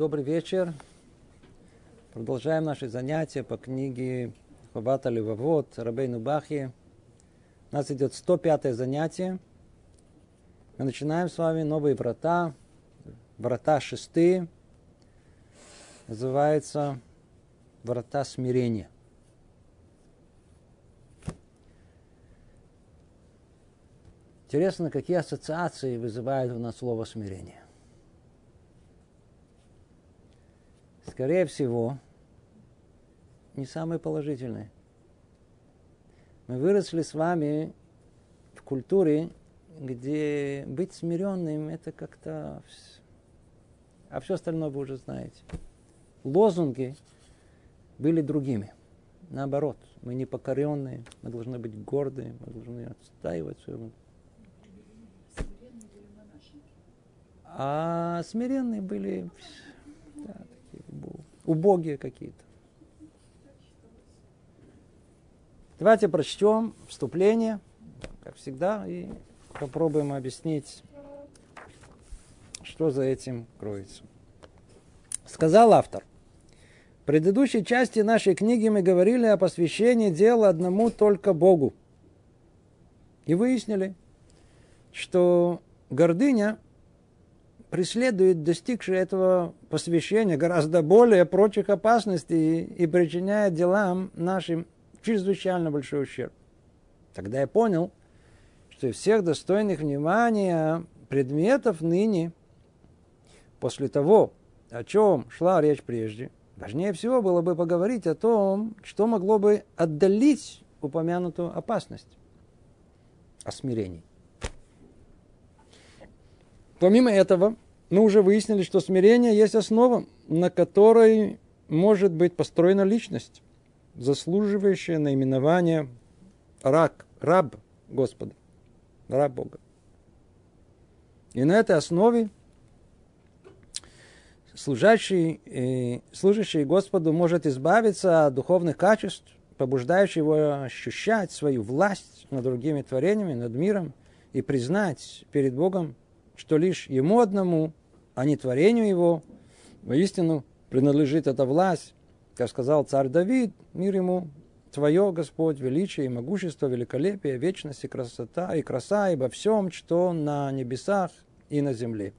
Добрый вечер. Продолжаем наши занятия по книге Хават Левавот Рабейну Бахи. У нас идет 105-е занятие. Мы начинаем с вами новые врата. Врата шестые. Называется врата смирения. Интересно, какие ассоциации вызывает у нас слово смирение. Скорее всего, не самые положительные. Мы выросли с вами в культуре, где быть смиренным это как-то... А все остальное вы уже знаете. Лозунги были другими. Наоборот, мы непокоренные, мы должны быть гордые, мы должны отстаивать свое. А смиренные были... убогие какие-то. Давайте прочтем вступление, как всегда, и попробуем объяснить, что за этим кроется. Сказал автор. В предыдущей части нашей книги мы говорили о посвящении дела одному только Богу. И выяснили, что гордыня преследует достигшие этого посвящения гораздо более прочих опасностей и причиняет делам нашим чрезвычайно большой ущерб. Тогда я понял, что из всех достойных внимания предметов ныне, после того, о чем шла речь прежде, важнее всего было бы поговорить о том, что могло бы отдалить упомянутую опасность, о смирении. Помимо этого, мы уже выяснили, что смирение есть основа, на которой может быть построена личность, заслуживающая наименования раб Господа, раб Бога. И на этой основе служащий Господу может избавиться от духовных качеств, побуждающих его ощущать свою власть над другими творениями, над миром, и признать перед Богом, что лишь Ему одному, а не творению Его, воистину принадлежит эта власть. Как сказал царь Давид, мир Ему, Твое, Господь, величие и могущество, великолепие, вечность и красота, и краса, и во всем, что на небесах и на земле.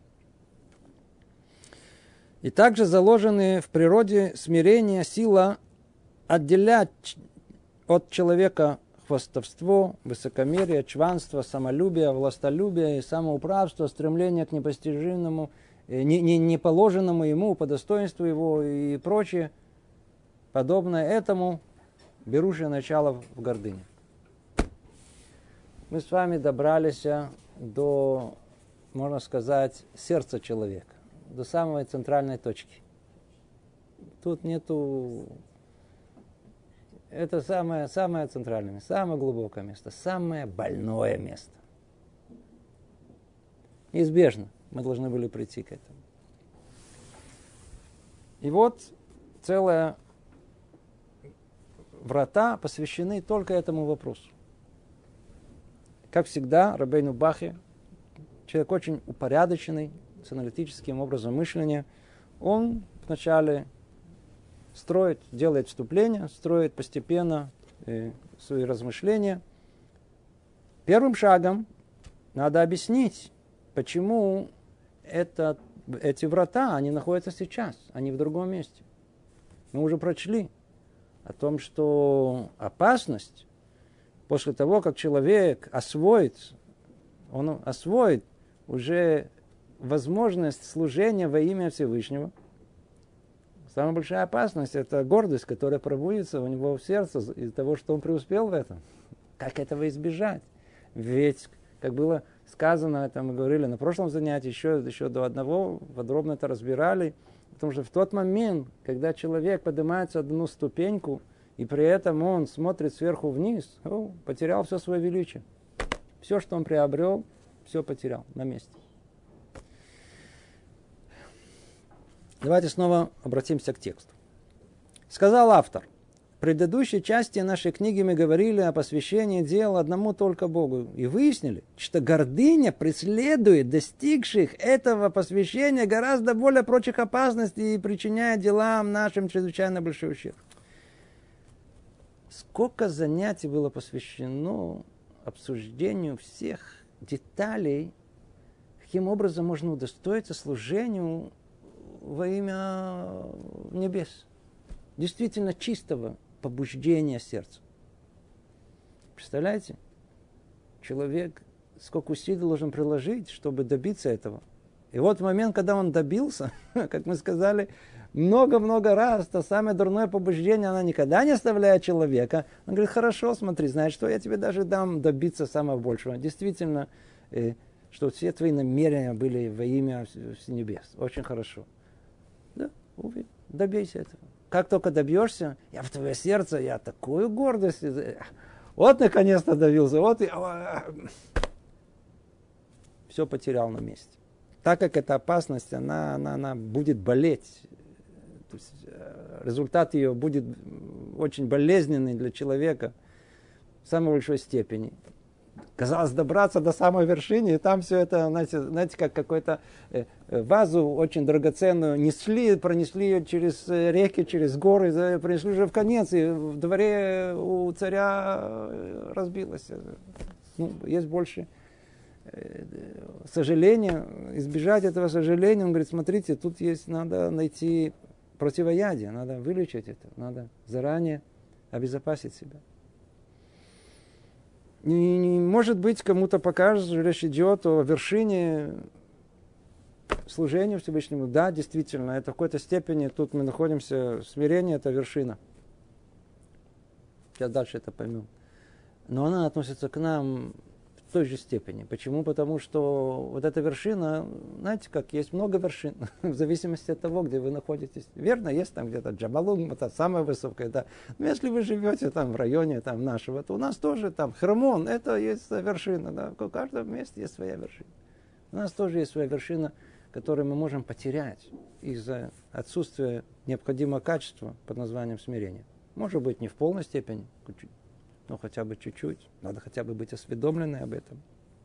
И также заложены в природе смирения сила отделять от человека хвастовство, высокомерие, чванство, самолюбие, властолюбие и самоуправство, стремление к непостижимому, неположенному ему, по достоинству его и прочее, подобное этому, берущее начало в гордыне. Мы с вами добрались до, можно сказать, сердца человека, до самой центральной точки. Тут нету... Это самое центральное место, самое глубокое место, самое больное место. Неизбежно мы должны были прийти к этому. И вот целые врата посвящены только этому вопросу. Как всегда, Рабейну Бахи, человек очень упорядоченный, с аналитическим образом мышления, он вначале делает вступление, строит постепенно свои размышления. Первым шагом надо объяснить, почему эти врата, они находятся сейчас, а не в другом месте. Мы уже прочли о том, что опасность после того, как человек он освоит уже возможность служения во имя Всевышнего. Самая большая опасность – это гордость, которая пробудится у него в сердце из-за того, что он преуспел в этом. Как этого избежать? Ведь, как было сказано, это мы говорили на прошлом занятии, еще до одного, подробно это разбирали, потому что в тот момент, когда человек поднимается одну ступеньку, и при этом он смотрит сверху вниз, потерял все свое величие. Все, что он приобрел, все потерял на месте. Давайте снова обратимся к тексту. Сказал автор. предыдущей части нашей книги мы говорили о посвящении дел одному только Богу. И выяснили, что гордыня преследует достигших этого посвящения гораздо более прочих опасностей и причиняет делам нашим чрезвычайно большой ущерб. Сколько занятий было посвящено обсуждению всех деталей, каким образом можно удостоиться служению во имя небес. Действительно чистого побуждения сердца. Представляете? Человек сколько усилий должен приложить, чтобы добиться этого. И вот в момент, когда он добился, как мы сказали, много-много раз, то самое дурное побуждение, оно никогда не оставляет человека. Он говорит, хорошо, смотри, знаешь что, я тебе даже дам добиться самого большего. Действительно, что все твои намерения были во имя небес. Очень хорошо. Да, добейся этого. Как только добьешься, я в твое сердце, я такую гордость. Вот наконец-то добился. Вот и все потерял на месте. Так как эта опасность, она будет болеть. То есть, результат ее будет очень болезненный для человека в самой большой степени. Казалось, добраться до самой вершины, и там все это, знаете, как какую-то вазу очень драгоценную пронесли ее через реки, через горы, принесли уже в конец, и в дворе у царя разбилась. Есть больше сожаления, избежать этого сожаления. Он говорит, смотрите, тут надо найти противоядие, надо вылечить это, надо заранее обезопасить себя. И, может быть, кому-то покажется, что речь идет о вершине служения Всевышнему. Да, действительно, это в какой-то степени, тут мы находимся, смирение – это вершина. Сейчас дальше это поймем. Но она относится к нам в той же степени. Почему? Потому что вот эта вершина, знаете, как есть много вершин, в зависимости от того, где вы находитесь. Верно, есть там где-то Джабалун, это самая высокая, да. Но если вы живете там в районе там, нашего, то у нас тоже там Хермон, это есть вершина, да. В каждом месте есть своя вершина. У нас тоже есть своя вершина, которую мы можем потерять из-за отсутствия необходимого качества под названием смирение. Может быть, не в полной степени, но хотя бы чуть-чуть. Надо хотя бы быть осведомленной об этом.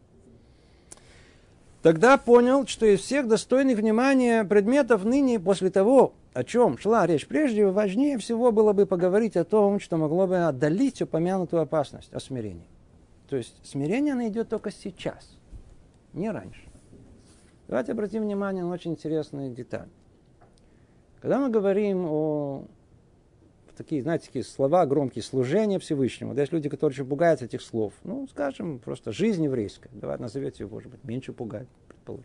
Тогда понял, что из всех достойных внимания предметов ныне, после того, о чем шла речь прежде, важнее всего было бы поговорить о том, что могло бы отдалить упомянутую опасность, о смирении. То есть смирение, оно идет только сейчас, не раньше. Давайте обратим внимание на очень интересные детали. Когда мы говорим о такие, знаете, такие слова громкие, служение Всевышнему. Да, есть люди, которые очень пугаются этих слов. Скажем, просто жизнь еврейская. Давайте назовете ее, может быть, меньше пугать, предположим.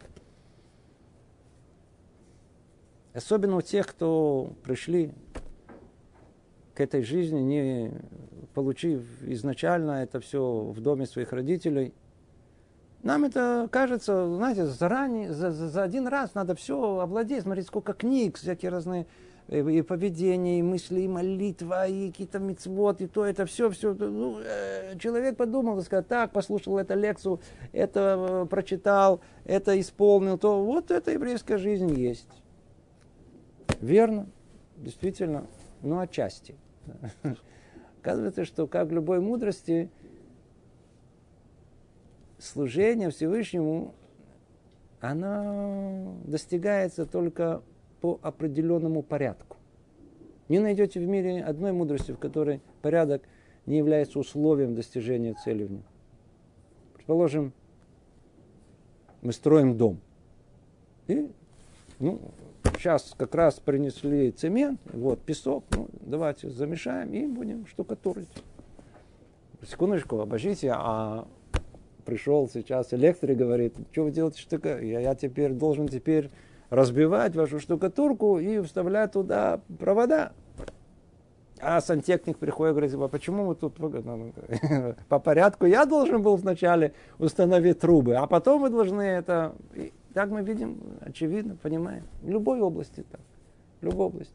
Особенно у тех, кто пришли к этой жизни, не получив изначально это все в доме своих родителей. Нам это кажется, знаете, заранее, за один раз надо все овладеть, смотреть, сколько книг, всякие разные и поведение, и мысли, и молитва, и какие-то мицвот, и то, это все. Человек подумал, сказал, так, послушал эту лекцию, это прочитал, это исполнил, то вот эта еврейская жизнь есть. Верно, действительно, но отчасти. Оказывается, что как в любой мудрости, служение Всевышнему, оно достигается только по определенному порядку. Не найдете в мире одной мудрости, в которой порядок не является условием достижения цели в нем. Предположим, мы строим дом. И сейчас как раз принесли цемент, вот песок, давайте замешаем и будем штукатурить. Секундочку, обождите, пришел сейчас электрик, говорит, что вы делаете штукатурку? Я теперь должен разбивать вашу штукатурку и вставлять туда провода. А сантехник приходит и говорит, почему вы тут по порядку? Я должен был вначале установить трубы, а потом вы должны это... И так мы видим, очевидно, понимаем. В любой области так. В любой области.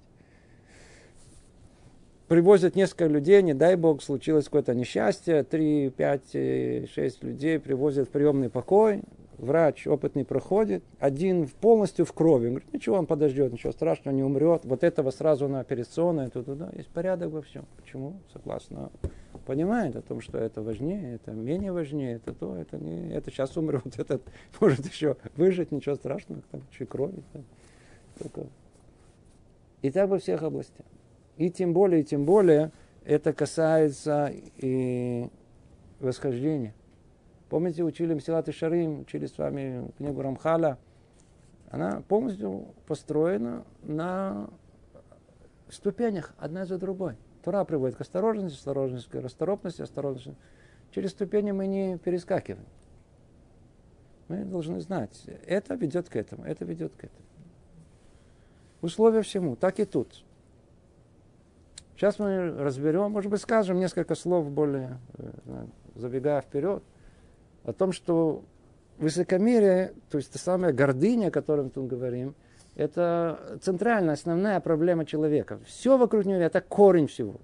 Привозят несколько людей, не дай бог, случилось какое-то несчастье, 3, 5, 6 людей привозят в приемный покой. врач опытный проходит, один полностью в крови. Он говорит, ничего, он подождет, ничего страшного, не умрет. Вот этого сразу на операционное, туда. Есть порядок во всем. Почему? Согласно. Понимает о том, что это важнее, это менее важнее, это то, это не, это сейчас умрет, этот может еще выжить, ничего страшного, там чуть крови. Только. И так во всех областях. И тем более, это касается и восхождения. Помните, учили Месилат Йешарим, учили с вами книгу Рамхаля. Она полностью построена на ступенях, одна за другой. Тора приводит к осторожности, к расторопности. Через ступени мы не перескакиваем. Мы должны знать, это ведет к этому, это ведет к этому. Условия всему, так и тут. Сейчас мы разберем, может быть, скажем несколько слов более, забегая вперед, о том, что высокомерие, то есть та самая гордыня, о которой мы тут говорим, это центральная, основная проблема человека. Все вокруг него, это корень всего.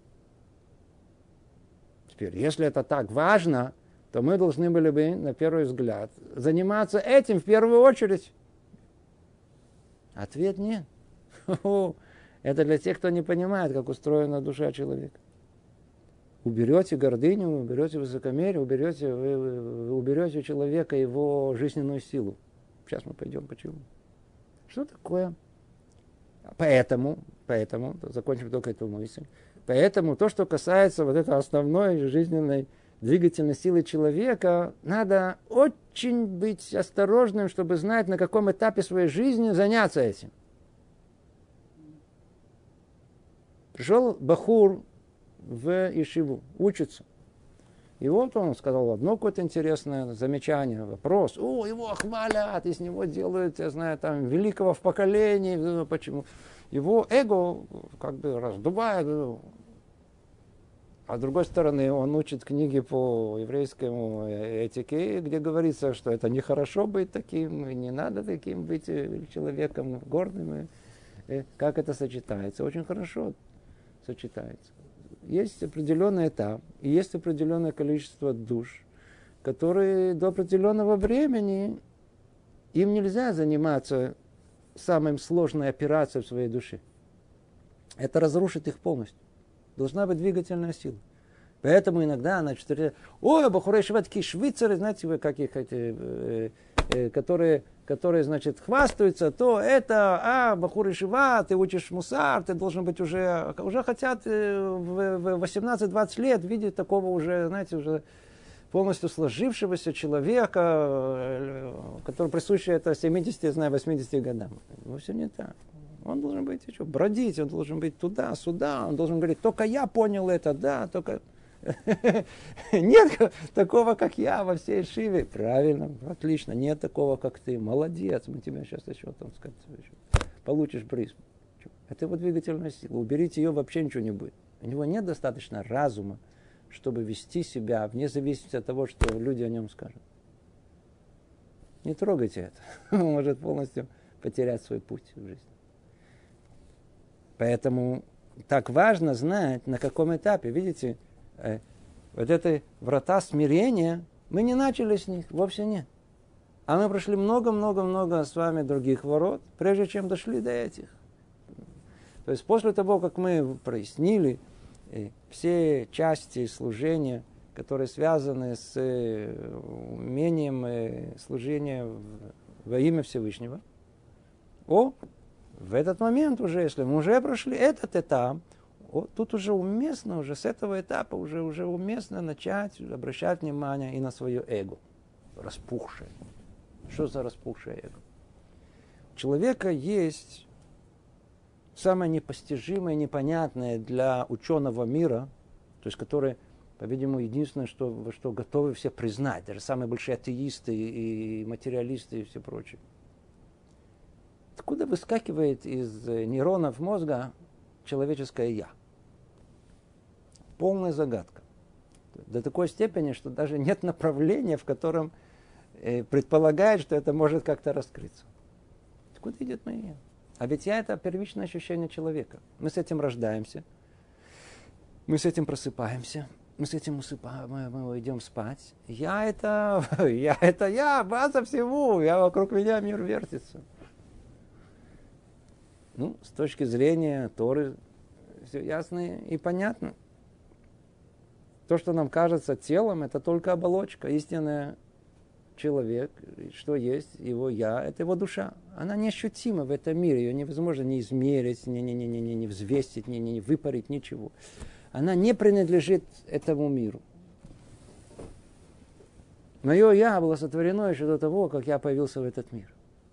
Теперь, если это так важно, то мы должны были бы, на первый взгляд, заниматься этим в первую очередь. Ответ нет. Это для тех, кто не понимает, как устроена душа человека. Уберете гордыню, уберете высокомерие, уберете у человека его жизненную силу. Сейчас мы пойдем, почему. Что такое? Поэтому, закончим только эту мысль, поэтому то, что касается вот этой основной жизненной двигательной силы человека, надо очень быть осторожным, чтобы знать, на каком этапе своей жизни заняться этим. Пришел бахур в Ешиву, учится. И вот он сказал одно какое-то интересное замечание, вопрос. Его хвалят, из него делают, я знаю, там, великого в поколении. Почему? Его эго как бы раздувает. А с другой стороны, он учит книги по еврейскому этике, где говорится, что это нехорошо быть таким, не надо таким быть человеком гордым. Как это сочетается? Очень хорошо сочетается. Есть определенный этап, и есть определенное количество душ, которые до определенного времени им нельзя заниматься самой сложной операцией в своей душе. Это разрушит их полностью. Должна быть двигательная сила. Поэтому иногда, значит, бахурей шива, такие швейцары, знаете вы, как их эти, которые, значит, хвастаются, то это, бахурей шива, ты учишь мусар, ты должен быть уже хотят в 18-20 лет видеть такого уже, знаете, уже полностью сложившегося человека, который присуще это 70, 80 годам. Вовсе не так. Он должен быть еще бродить, он должен быть туда-сюда, он должен говорить, только я понял это, да, только... Нет такого, как я во всей Шиве. Правильно, отлично. Нет такого, как ты. Молодец. Мы тебя сейчас еще там сказать. Получишь приз. Это его двигательная сила. Уберите ее, вообще ничего не будет. У него нет достаточно разума, чтобы вести себя вне зависимости от того, что люди о нем скажут. Не трогайте это. Он может полностью потерять свой путь в жизни. Поэтому так важно знать, на каком этапе. Видите, вот эти врата смирения, мы не начали с них, вовсе нет. А мы прошли много-много-много с вами других ворот, прежде чем дошли до этих. То есть после того, как мы прояснили все части служения, которые связаны с умением служения во имя Всевышнего, в этот момент уже, если мы уже прошли этот этап, тут уже уместно, уже с этого этапа уже уместно начать обращать внимание и на свое эго. Распухшее. Что за распухшее эго? У человека есть самое непостижимое, непонятное для ученого мира, то есть которое, по-видимому, единственное, во что готовы все признать, даже самые большие атеисты и материалисты и все прочее. Откуда выскакивает из нейронов мозга человеческое «я»? Полная загадка. До такой степени, что даже нет направления, в котором предполагает, что это может как-то раскрыться. Откуда идет мое «я»? А ведь «я» — это первичное ощущение человека. Мы с этим рождаемся, мы с этим просыпаемся, мы с этим усыпаем, мы идем спать. Я, база всему, вокруг меня мир вертится. Ну, с точки зрения Торы, все ясно и понятно. То, что нам кажется телом, это только оболочка. Истинный человек, что есть его я, это его душа. Она неощутима в этом мире. Ее невозможно ни измерить, ни взвесить, ни выпарить, ничего. Она не принадлежит этому миру. Мое я было сотворено еще до того, как я появился в этот мир.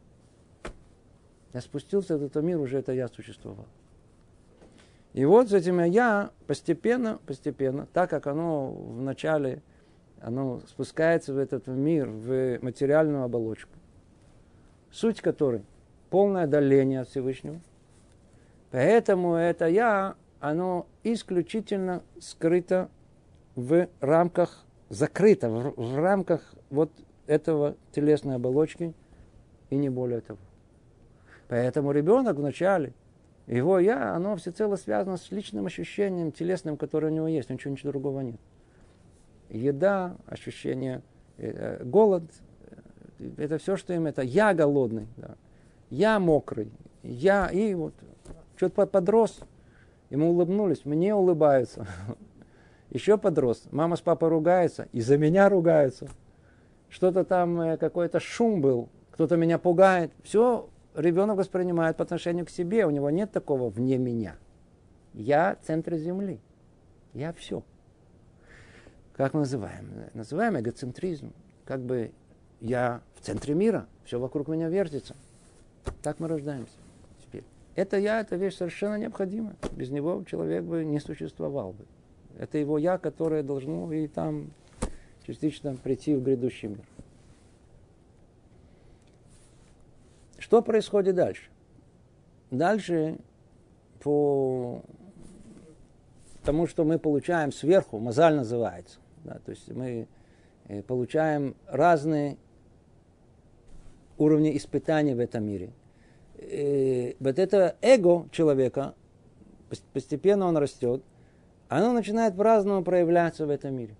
Я спустился в этот мир, уже это я существовал. И вот с этим я постепенно, так как оно вначале, оно спускается в этот мир, в материальную оболочку, суть которой полное отдаление от Всевышнего. Поэтому это я, оно исключительно скрыто в рамках, закрыто в рамках вот этого телесной оболочки и не более того. Поэтому ребенок вначале, его я, оно всецело связано с личным ощущением телесным, которое у него есть, ничего другого нет. Еда, ощущение, голод, это все, что им это. Я голодный, да. Я мокрый, и вот что-то подрос, ему улыбнулись, мне улыбаются. Еще подрос, мама с папой ругаются, из-за меня ругаются. Что-то там, какой-то шум был, кто-то меня пугает. Все ребенок воспринимает по отношению к себе, у него нет такого вне меня. Я центр земли, я все. Как мы называем? Называем эгоцентризм. Как бы я в центре мира, все вокруг меня вертится. Так мы рождаемся теперь. Это я, эта вещь совершенно необходима. Без него человек бы не существовал бы. Это его я, которое должно и там частично прийти в грядущий мир. Что происходит дальше? Дальше, по тому, что мы получаем сверху, мазаль называется, да, то есть мы получаем разные уровни испытаний в этом мире. И вот это эго человека, постепенно он растет, оно начинает по-разному проявляться в этом мире.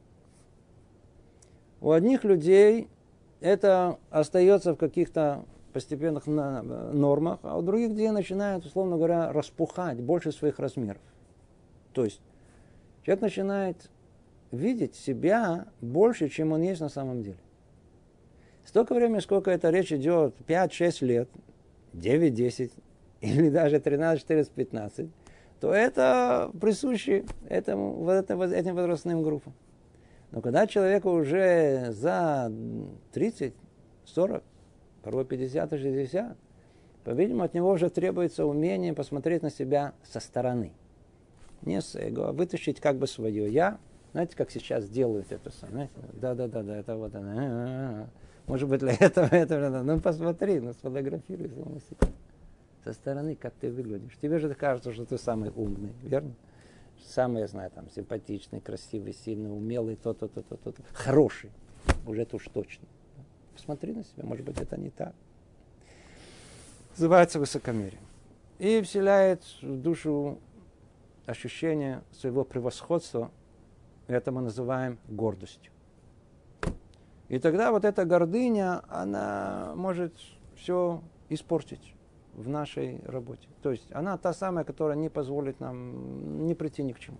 У одних людей это остается в каких-то постепенных нормах, а у других людей начинает, условно говоря, распухать больше своих размеров. То есть человек начинает видеть себя больше, чем он есть на самом деле. Столько времени, сколько эта речь идет, 5-6 лет, 9-10, или даже 13, 14, 15, то это присуще этим возрастным группам. Но когда человеку уже за 30, 40, порой 50 и 60, по-видимому, от него уже требуется умение посмотреть на себя со стороны. Не с эго, а вытащить как бы свое «я». Знаете, как сейчас делают это самое? Да, это вот она. Может быть, для этого это. Ну, посмотри, сфотографируй самого себя. Со стороны, как ты выглядишь. Тебе же кажется, что ты самый умный, верно? Самый, я знаю, там, симпатичный, красивый, сильный, умелый, то-то. Хороший. Уже это уж точно. Посмотри на себя, может быть, это не так. Называется высокомерие. И вселяет в душу ощущение своего превосходства. Это мы называем гордостью. И тогда вот эта гордыня, она может все испортить в нашей работе. То есть она та самая, которая не позволит нам не прийти ни к чему.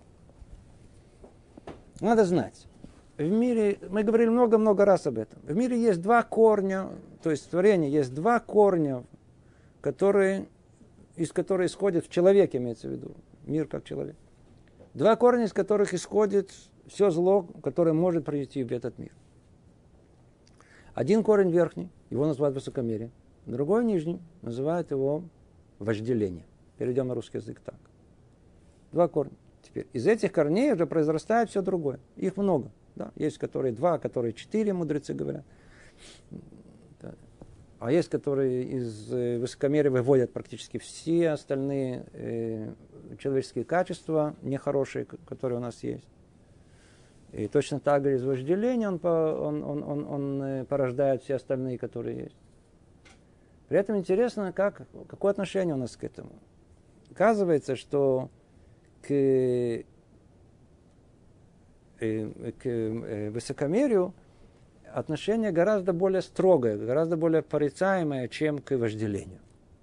Надо знать. В мире, мы говорили много-много раз об этом. В мире есть два корня, то есть в творении есть два корня, из которых исходит в человеке, имеется в виду, мир как человек. Два корня, из которых исходит все зло, которое может прийти в этот мир. Один корень верхний, его называют высокомерие. Другой нижний, называют его вожделение. Перейдем на русский язык так. Два корня. Теперь из этих корней уже произрастает все другое. Их много. Да? Есть которые 2, которые 4, мудрецы говорят. А есть, которые из высокомерия выводят практически все остальные человеческие качества нехорошие, которые у нас есть. И точно так же из вожделения он порождает все остальные, которые есть. При этом интересно, какое отношение у нас к этому. Оказывается, что к к высокомерию отношение гораздо более строгое, гораздо более порицаемое, чем к вожделению.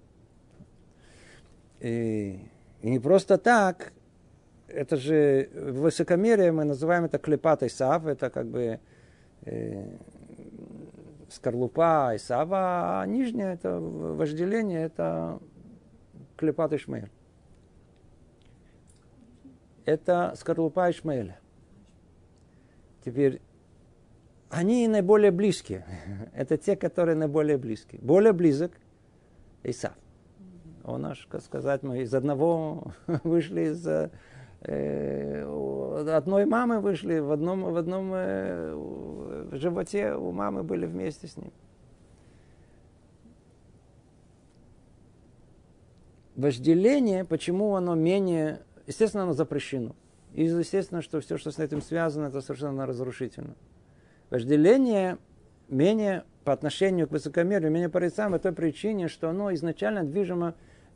И не просто так, это же высокомерие, мы называем это клепат Исав, это как бы скорлупа Исава, а нижнее это вожделение, это клепат Ишмаэль. Это скорлупа Ишмаэля. Теперь, они наиболее близкие. Это те, которые наиболее близкие. Более близок Исав. Он наш, как сказать, мы из одного вышли из одной мамы вышли, в одном животе у мамы были вместе с ним. Вожделение, почему оно менее... Естественно, оно запрещено. И естественно, что все, что с этим связано, это совершенно разрушительно. Вожделение менее по отношению к высокомерию, менее порицаемо по той причине, что оно изначально движимо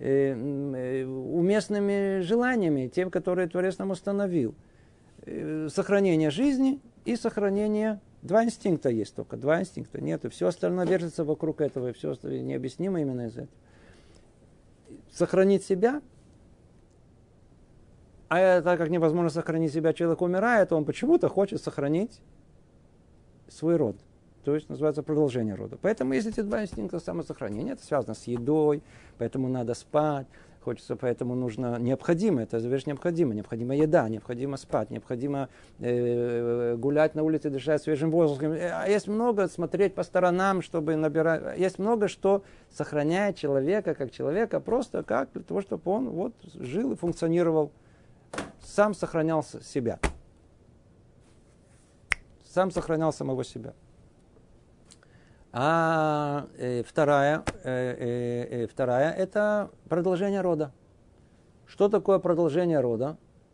уместными желаниями, тем, которые Творец нам установил. Сохранение жизни и сохранение... Два инстинкта есть только, два инстинкта. Нет, и все остальное вертится вокруг этого, и все остальное необъяснимо именно из этого. Сохранить себя, а так как невозможно сохранить себя, человек умирает, он почему-то хочет сохранить свой род. То есть называется продолжение рода. Поэтому есть эти два инстинкта самосохранения. Это связано с едой, поэтому надо спать. Хочется, поэтому нужно необходимо, это вещь необходима. Необходима еда, необходимо спать, необходимо гулять на улице, дышать свежим воздухом. Есть много смотреть по сторонам, чтобы набирать. Есть много, что сохраняет человека как человека, просто как для того, чтобы он вот жил и функционировал. Сам сохранял себя. Сам сохранял самого себя. А вторая это продолжение рода. Что такое продолжение рода?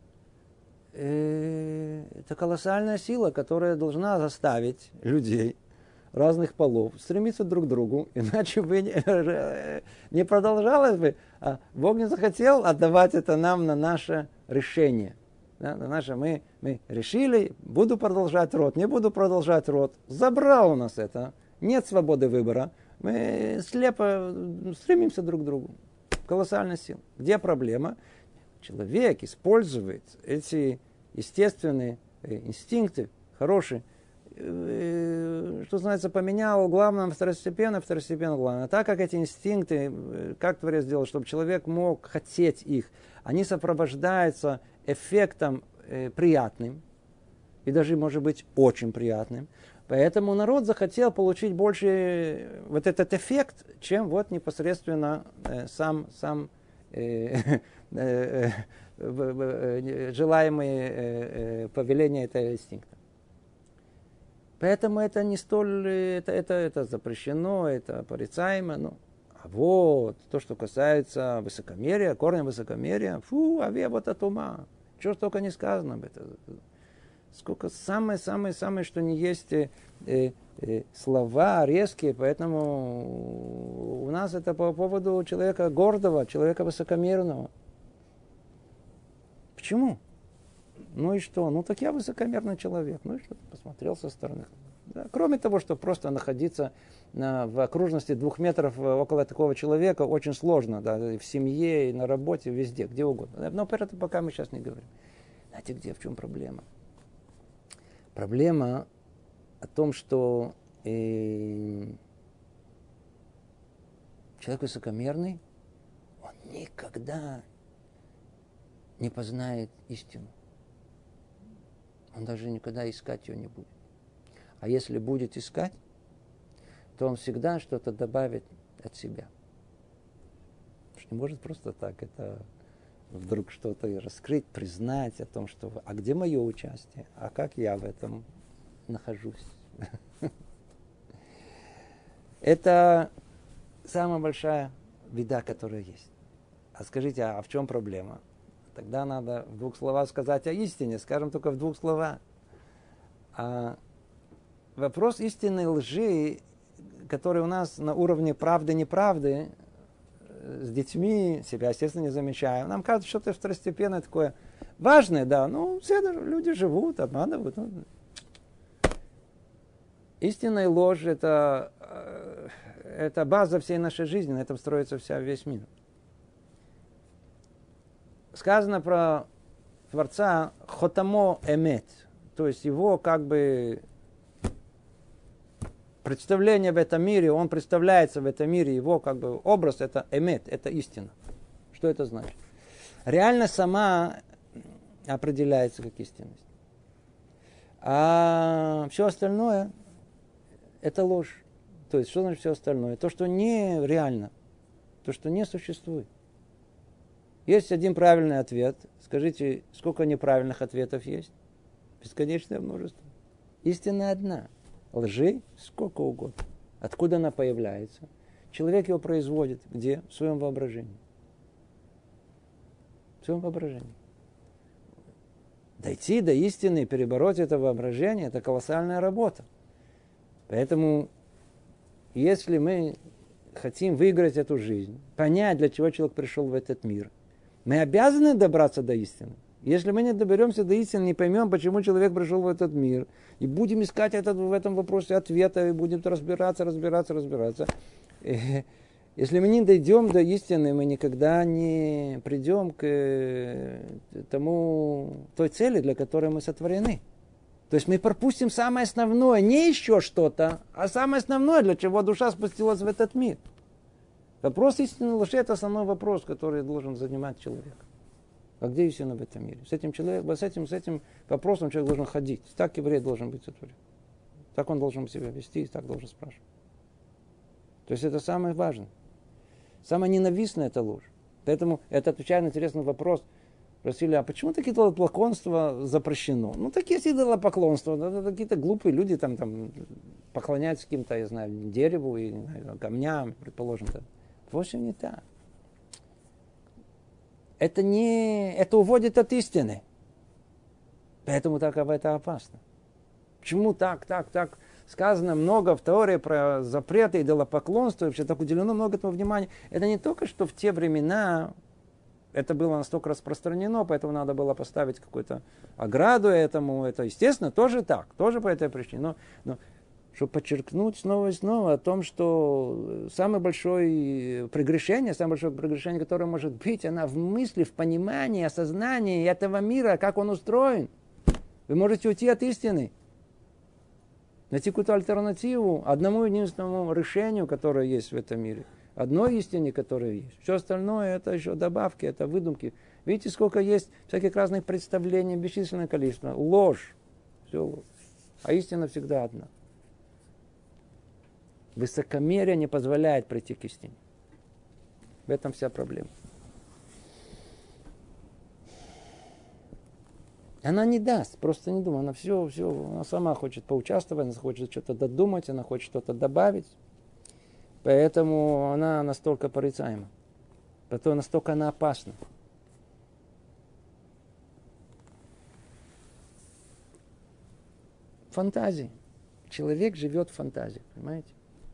Это колоссальная сила, которая должна заставить людей разных полов стремиться друг к другу, иначе бы не продолжалось бы. А Бог не захотел отдавать это нам на наше решение. Да, на наше мы решили, буду продолжать род, не буду продолжать род. Забрал у нас это. Нет свободы выбора. Мы слепо стремимся друг к другу. Колоссальная сила. Где проблема? Человек использует эти естественные инстинкты, хорошие, что называется, поменял главное второстепенно главное. Так как эти инстинкты, как Творец сделал, чтобы человек мог хотеть их, они сопровождаются эффектом приятным, и даже, может быть, очень приятным. Поэтому народ захотел получить больше вот этот эффект, чем вот непосредственно сам желаемые повеления этого инстинкта. Поэтому это не столь, это запрещено, это порицаемо. Ну, а вот то, что касается высокомерия, корня высокомерия, аве вот от ума. Чего ж только не сказано об этом. Сколько самые, что не есть слова резкие, поэтому у нас это по поводу человека гордого, человека высокомерного. Почему? Ну и что? Ну так я высокомерный человек. Ну и что? Посмотрел со стороны. Да. Кроме того, что просто находиться в окружности 2 метров около такого человека очень сложно. Да, и в семье, и на работе, везде, где угодно. Но про это пока мы сейчас не говорим. Знаете, где, в чем проблема? Проблема о том, что человек высокомерный, он никогда не познает истину. Он даже никогда искать ее не будет. А если будет искать, то он всегда что-то добавит от себя. Потому что не может просто так это вдруг что-то раскрыть, признать о том, что а где мое участие, а как я в этом нахожусь. Это самая большая беда, которая есть. А скажите, а в чем проблема? Тогда надо в 2 словах сказать о истине, скажем только в 2 словах. А вопрос истинной лжи, который у нас на уровне правды-неправды, с детьми, себя, естественно, не замечаем. Нам кажется, что-то второстепенное такое, важное, да. Ну, все люди живут, обманывают. Ну. Истина и ложь это база всей нашей жизни, на этом строится весь мир. Сказано про Творца хотамо эмет, то есть его как бы представление в этом мире, он представляется в этом мире, его как бы образ это эмет, это истина. Что это значит? Реальность сама определяется как истинность. А все остальное это ложь. То есть, что значит все остальное? То, что не реально, то, что не существует. Есть один правильный ответ. Скажите, сколько неправильных ответов есть? Бесконечное множество. Истина одна. Лжи сколько угодно. Откуда она появляется? Человек его производит. Где? В своем воображении. В своем воображении. Дойти до истины и перебороть это воображение – это колоссальная работа. Поэтому, если мы хотим выиграть эту жизнь, понять, для чего человек пришел в этот мир, мы обязаны добраться до истины. Если мы не доберемся до истины, не поймем, почему человек пришел в этот мир, и будем искать в этом вопросе ответа, и будем разбираться. Если мы не дойдем до истины, мы никогда не придем к той цели, для которой мы сотворены. То есть мы пропустим самое основное, не еще что-то, а самое основное, для чего душа спустилась в этот мир. Вопрос истины лжи – это основной вопрос, который должен занимать человека. А где истина в этом мире? С этим вопросом человек должен ходить. Так еврей должен быть сотворен. Так он должен себя вести, и так должен спрашивать. То есть это самое важное. Самое ненавистное – это ложь. Поэтому это отвечает на интересный вопрос. Спросили, а почему такие идолопоклонства запрещено? Ну, такие идолопоклонства. Какие-то глупые люди там поклоняются каким-то, я знаю, дереву и камням, предположим. Вовсе не так. Это уводит от истины. Поэтому так это опасно. Почему так сказано много в Торе про запреты идолопоклонства, вообще так уделено много этому внимания. Это не только, что в те времена это было настолько распространено, поэтому надо было поставить какую-то ограду этому. Это, естественно, тоже так, тоже по этой причине. Но чтобы подчеркнуть снова и снова о том, что самое большое прегрешение, которое может быть, она в мысли, в понимании, осознании этого мира, как он устроен. Вы можете уйти от истины, найти какую-то альтернативу одному единственному решению, которое есть в этом мире. Одной истине, которая есть. Все остальное это еще добавки, это выдумки. Видите, сколько есть всяких разных представлений, бесчисленное количество. Ложь. Все ложь. А истина всегда одна. Высокомерие не позволяет прийти к истине. В этом вся проблема. Она не даст, просто не думает. Она сама хочет поучаствовать, она хочет что-то додумать, она хочет что-то добавить. Поэтому она настолько порицаема. Поэтому настолько она опасна. Фантазии. Человек живет в фантазии, понимаете?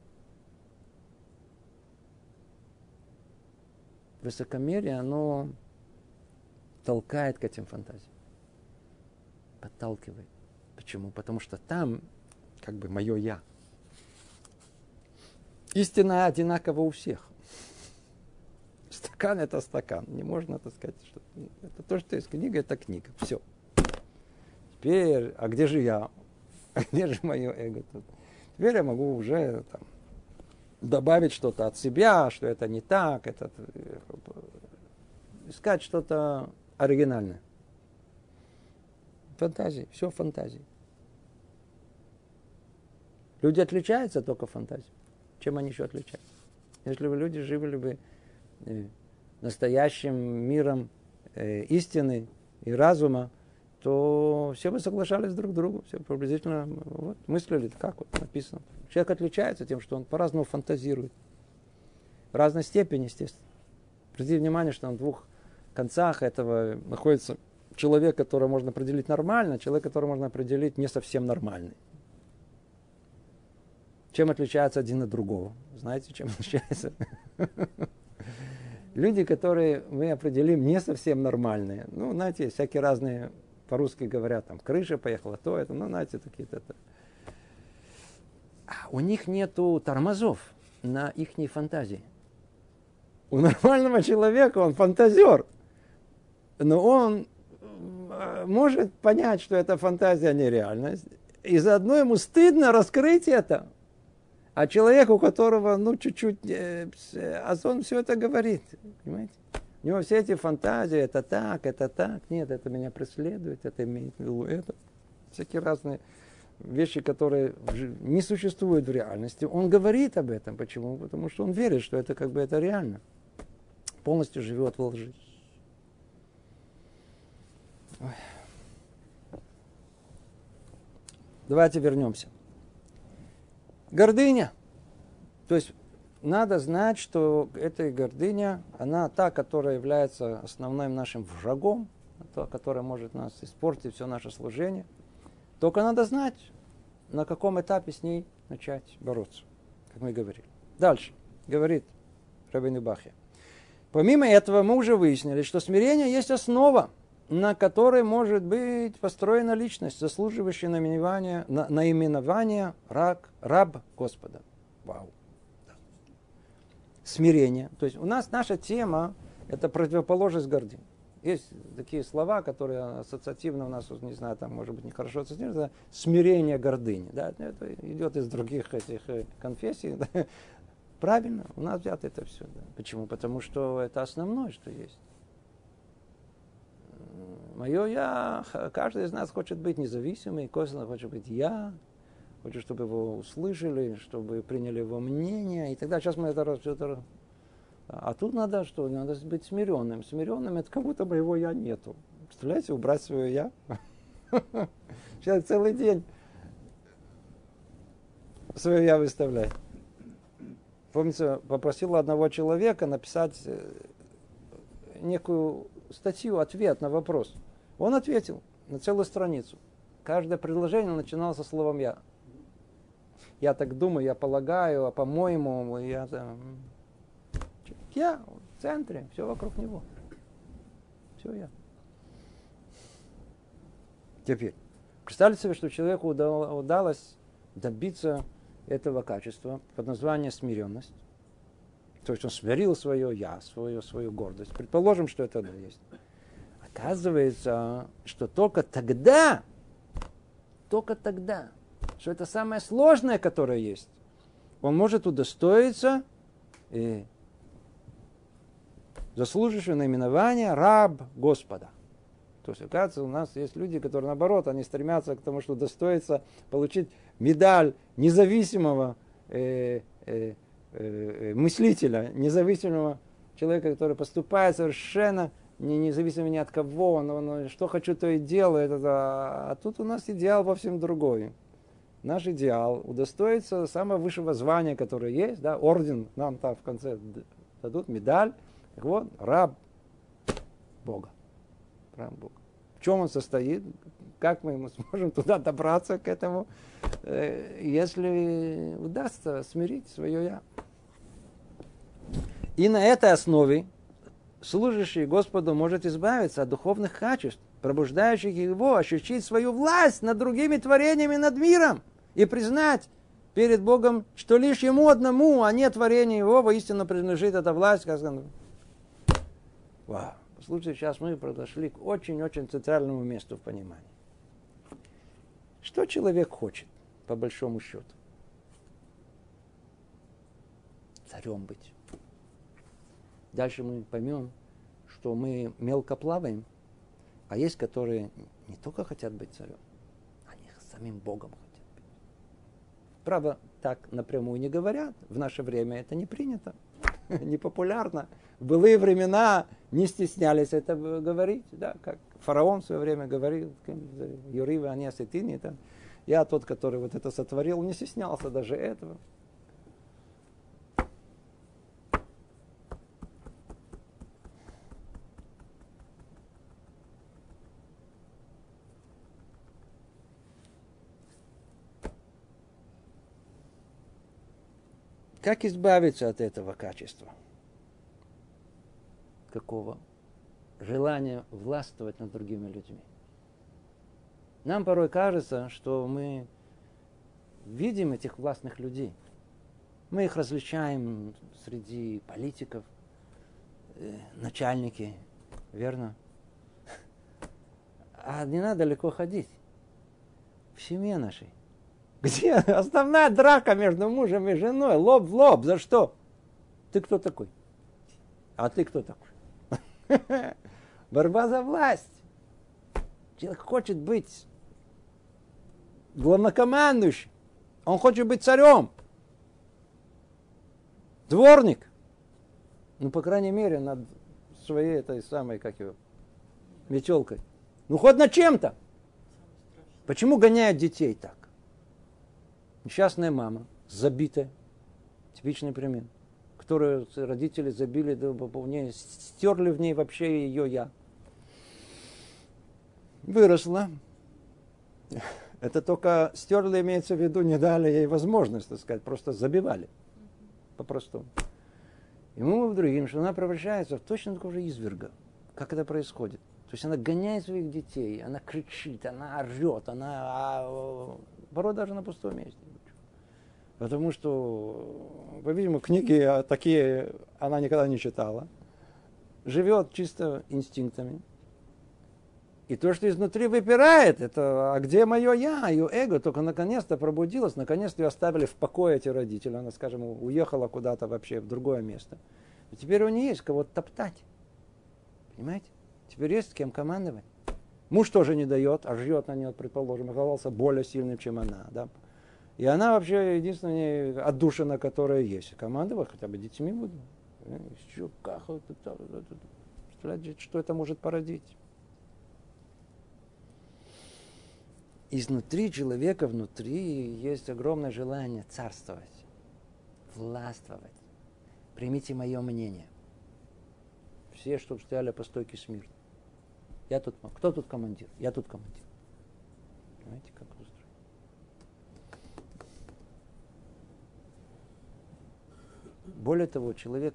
Высокомерие, оно толкает к этим фантазиям. Подталкивает. Почему? Потому что там как бы мое «я». Истина одинакова у всех. Стакан – это стакан. Не можно, так сказать, что это то, что есть книга, это книга. Все. Теперь, а где же я? А где же мое эго тут? Теперь я могу уже добавить что-то от себя, что это не так, искать что-то оригинальное. Фантазии, все фантазии. Люди отличаются только фантазией. Чем они еще отличаются? Если бы люди жили бы настоящим миром истины и разума, то все бы соглашались друг к другу, все приблизительно мыслили, как написано. Человек отличается тем, что он по-разному фантазирует. В разной степени, естественно. Обратите внимание, что на двух концах этого находится человек, которого можно определить нормально, человек, которого можно определить не совсем нормальный. Чем отличается один от другого? Знаете, чем отличается? Люди, которые мы определим не совсем нормальные. Ну, знаете, всякие разные, по-русски говорят, там, крыша поехала, то это, ну, знаете, такие-то. У них нету тормозов на их фантазии. У нормального человека он фантазер. Но он может понять, что эта фантазия, а не реальность. И заодно ему стыдно раскрыть это. А человек, у которого, ну, чуть-чуть, он все это говорит. Понимаете? У него все эти фантазии, это так, нет, это меня преследует, это имеет в виду это. Всякие разные вещи, которые не существуют в реальности. Он говорит об этом. Почему? Потому что он верит, что это как бы это реально. Полностью живет во лжи. Ой. Давайте вернемся. Гордыня. То есть надо знать, что эта гордыня, она та, которая является основным нашим врагом, та, которая может нас испортить все наше служение. Только надо знать, на каком этапе с ней начать бороться, как мы говорили. Дальше говорит Рабейну Бахья. Помимо этого мы уже выяснили, что смирение есть основа, на которой может быть построена личность, заслуживающая наименования раб Господа. Вау. Смирение. То есть у нас наша тема – это противоположность гордыни. Есть такие слова, которые ассоциативно у нас, не знаю, там, может быть, нехорошо ассоциируются. Смирение гордыни. Да? Это идет из других этих конфессий. Да? Правильно, у нас взято это все. Да. Почему? Потому что это основное, что есть. Мое я, каждый из нас хочет быть независимым, каждый хочет быть я, хочет, чтобы его услышали, чтобы приняли его мнение. И тогда сейчас мы это... А тут надо что? Надо быть смиренным. Смиренным это как будто моего я нету. Представляете, убрать свое я? Человек целый день свое я выставляет. Помните, попросил одного человека написать некую статью, ответ на вопрос. Он ответил на целую страницу. Каждое предложение начиналось со словом «я». Я так думаю, я полагаю, а по-моему, я в центре, все вокруг него. Все я. Теперь, представьте себе, что человеку удалось добиться этого качества под названием смиренность. То есть он смирил свое я, свою гордость. Предположим, что это есть. Оказывается, что только тогда, что это самое сложное, которое есть, он может удостоиться заслуживающего наименования раб Господа. То есть, оказывается, у нас есть люди, которые, наоборот, они стремятся к тому, что удостоиться получить медаль независимого мыслителя, независимого человека, который поступает совершенно независимо ни от кого, он что хочу, то и делает. А тут у нас идеал вовсе другой. Наш идеал удостоиться самого высшего звания, которое есть, да, орден нам там в конце дадут, медаль. Так вот, раб Бога. Раб Бога. В чем он состоит? Как мы сможем туда добраться, к этому, если удастся смирить свое «я». И на этой основе служащий Господу может избавиться от духовных качеств, пробуждающих его ощутить свою власть над другими творениями, над миром, и признать перед Богом, что лишь ему одному, а не творению его, воистину принадлежит эта власть. Вау. Послушайте, сейчас мы подошли к очень-очень центральному месту в понимании. Что человек хочет, по большому счету? Царем быть. Дальше мы поймем, что мы мелко плаваем, а есть, которые не только хотят быть царем, они самим Богом хотят быть. Правда, так напрямую не говорят. В наше время это не принято, не популярно. В былые времена не стеснялись это говорить. Да, как фараон в свое время говорил, Юрива, они осетины. Я тот, который вот это сотворил, не стеснялся даже этого. Как избавиться от этого качества? какого? Желания властвовать над другими людьми. Нам порой кажется, что мы видим этих властных людей. Мы их различаем среди политиков, начальники, верно? А не надо далеко ходить. В семье нашей. Где основная драка между мужем и женой? Лоб в лоб. За что? Ты кто такой? А ты кто такой? Борьба за власть. Человек хочет быть главнокомандующим. Он хочет быть царем. Дворник. Ну, по крайней мере, над своей этой самой, как его, метелкой. Ну, хоть над чем-то. Почему гоняют детей так? Несчастная мама, забитая, типичный пример, которую родители забили, стерли в ней вообще ее я. Выросла. Это только стерли, имеется в виду, не дали ей возможность, так сказать, просто забивали. По-простому. И мы вдруг, что она превращается в точно такого же изверга. Как это происходит? То есть она гоняет своих детей, она кричит, она орет, она порой даже на пустом месте. Потому что, по-видимому, книги такие она никогда не читала. Живет чисто инстинктами. И то, что изнутри выпирает, это, а где мое я, ее эго, только наконец-то пробудилось, наконец-то ее оставили в покое эти родители. Она, скажем, уехала куда-то вообще в другое место. И теперь у нее есть кого-то топтать. Понимаете? Теперь есть с кем командовать. Муж тоже не дает, а ждет на нее, предположим, оказался более сильным, чем она. Да? И она вообще единственная отдушина, которая есть. Командовать хотя бы детьми буду. Представляете, что это может породить? Изнутри человека, внутри есть огромное желание царствовать, властвовать. Примите мое мнение. Все, что стояли по стойке смирно. Я тут, кто тут командир? Я тут командир. Понимаете, как устроено? Более того, человек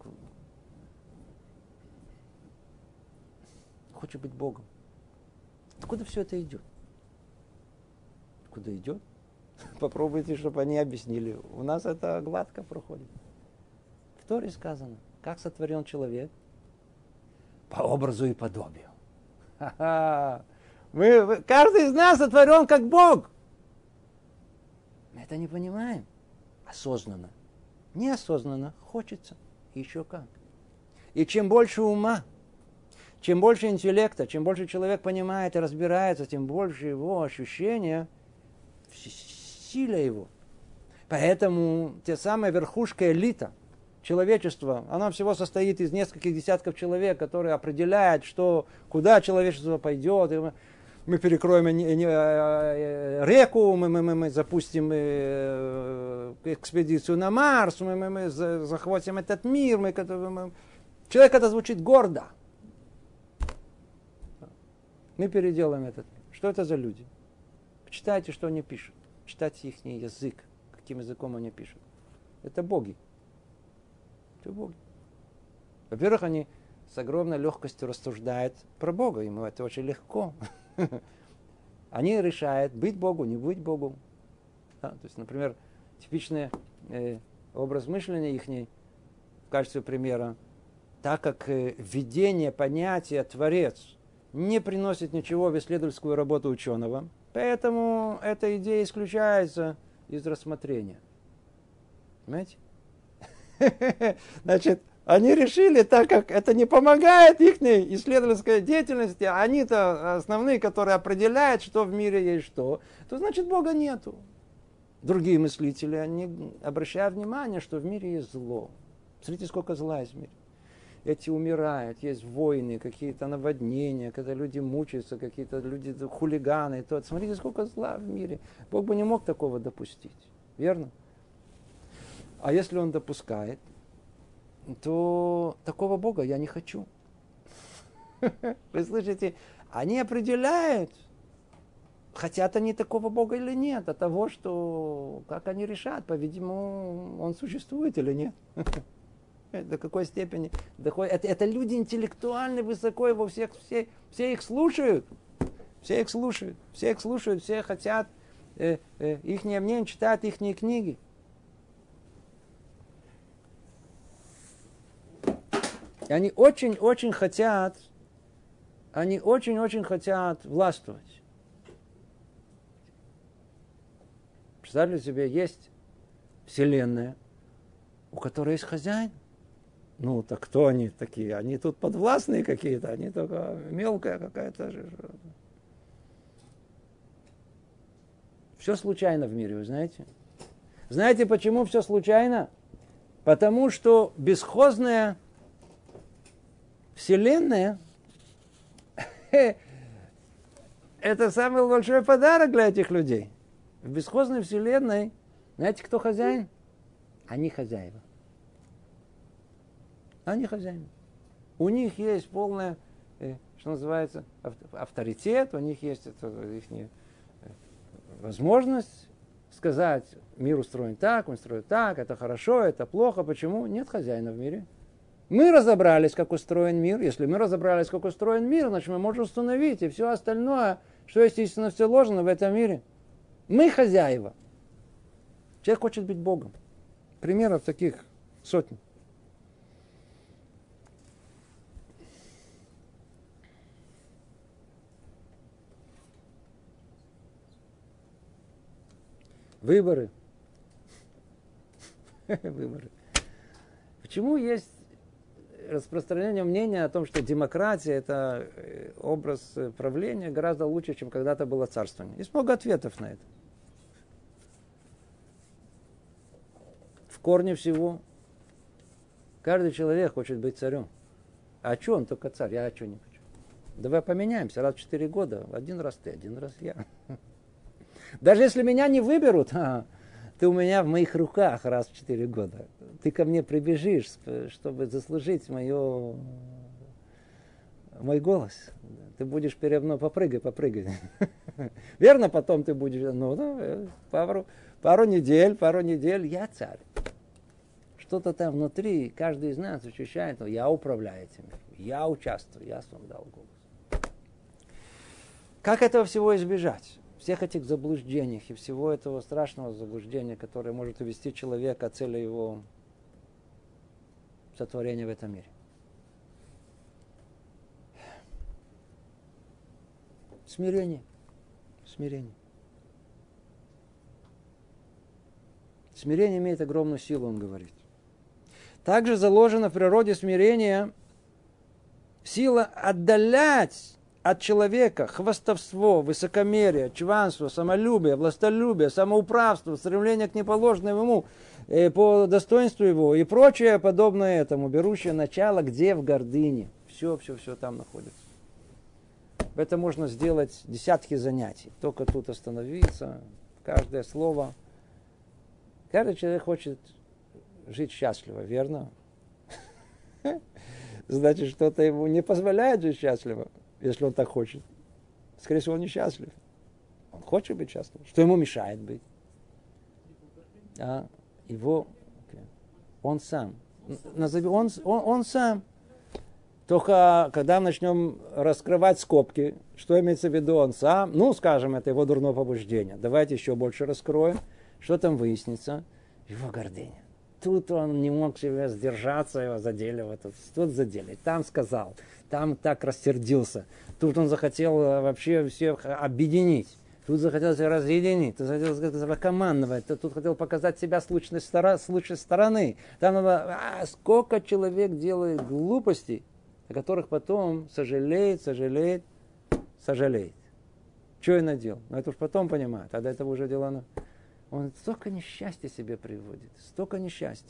хочет быть Богом. Откуда все это идет? Куда идет? Попробуйте, чтобы они объяснили. У нас это гладко проходит. В Торе сказано, как сотворен человек? По образу и подобию. Ха-ха. Каждый из нас сотворен как Бог. Мы это не понимаем. Осознанно. Неосознанно. Хочется. Еще как. И чем больше ума, чем больше интеллекта, чем больше человек понимает и разбирается, тем больше его ощущения сила его. Поэтому те самые верхушка элита человечества, она всего состоит из нескольких десятков человек, которые определяют, куда человечество пойдет. И мы перекроем реку, мы запустим экспедицию на Марс, мы захватим этот мир. Человек это звучит гордо. Мы переделаем этот мир. Что это за люди? Почитайте, что они пишут. Читайте их язык, каким языком они пишут. Это боги. Это боги. Во-первых, они с огромной легкостью рассуждают про Бога. Ему это очень легко. Они решают, быть Богу, не быть Богу. Да? То есть, например, типичный образ мышления их в качестве примера, так как введение понятия «творец» не приносит ничего в исследовательскую работу ученого, поэтому эта идея исключается из рассмотрения. Понимаете? Значит, они решили, так как это не помогает их исследовательской деятельности, а они-то основные, которые определяют, что в мире есть что, то значит Бога нету. Другие мыслители, они обращают внимание, что в мире есть зло. Смотрите, сколько зла есть в мире. Эти умирают, есть войны, какие-то наводнения, когда люди мучаются, какие-то люди хулиганы. Смотрите, сколько зла в мире. Бог бы не мог такого допустить. Верно? А если он допускает, то такого Бога я не хочу. Вы слышите? Они определяют, хотят они такого Бога или нет, от того, что как они решат, по-видимому, он существует или нет. До какой степени доходит. Это люди интеллектуально высоко, его все их слушают. Все их слушают, все хотят их мнение, читают их книги. И они очень-очень хотят властвовать. Представьте себе, есть вселенная, у которой есть хозяин. Ну, так кто они такие? Они тут подвластные какие-то, они только мелкая какая-то. Все случайно в мире, вы знаете? Знаете, почему все случайно? Потому что бесхозная вселенная это самый большой подарок для этих людей. В бесхозной вселенной, знаете, кто хозяин? Они хозяева. Они хозяева. У них есть полная, что называется, авторитет, у них есть их возможность сказать, мир устроен так, он устроен так, это хорошо, это плохо. Почему? Нет хозяина в мире. Мы разобрались, как устроен мир. Если мы разобрались, как устроен мир, значит, мы можем установить и все остальное, что естественно все ложно в этом мире. Мы хозяева. Человек хочет быть Богом. Примеров таких сотни. Выборы. Выборы. Почему есть распространение мнения о том, что демократия – это образ правления гораздо лучше, чем когда-то было царствование? Есть много ответов на это. В корне всего каждый человек хочет быть царем. А что он только царь? Я что не хочу? Давай поменяемся раз в 4 года. Один раз ты, один раз я. Даже если меня не выберут, ты у меня в моих руках раз в 4 года. Ты ко мне прибежишь, чтобы заслужить мой голос. Ты будешь передо мной попрыгай. Верно, потом ты будешь, пару недель, я царь. Что-то там внутри, каждый из нас ощущает, я управляю этим, я участвую, я сам дал голос. Как этого всего избежать? Всех этих заблуждений и всего этого страшного заблуждения, которое может увести человека от цели его сотворения в этом мире. Смирение. Смирение имеет огромную силу, он говорит. Также заложена в природе смирения сила отдалять от человека хвастовство, высокомерие, чванство, самолюбие, властолюбие, самоуправство, стремление к неположенному ему по достоинству его и прочее подобное этому, берущее начало где? В гордыне. Все там находится. Это можно сделать десятки занятий. Только тут остановиться, каждое слово. Каждый человек хочет жить счастливо, верно? Значит, что-то ему не позволяет жить счастливо. Если он так хочет. Скорее всего, он несчастлив. Он хочет быть счастливым. Что ему мешает быть? Он сам. Он сам. Только когда начнем раскрывать скобки, что имеется в виду он сам, скажем, это его дурное побуждение. Давайте еще больше раскроем. Что там выяснится? Его гордыня. Тут он не мог себя сдержаться, его задели. Тут задели. Там сказал. Там так рассердился. Тут он захотел вообще всех объединить. Тут захотел себя разъединить. Тут захотел командовать. Тут хотел показать себя с лучшей стороны. Там надо... сколько человек делает глупостей, о которых потом сожалеет. Что я наделал? Это уж потом понимает. А до этого уже дела... Он столько несчастья себе приводит. Столько несчастья.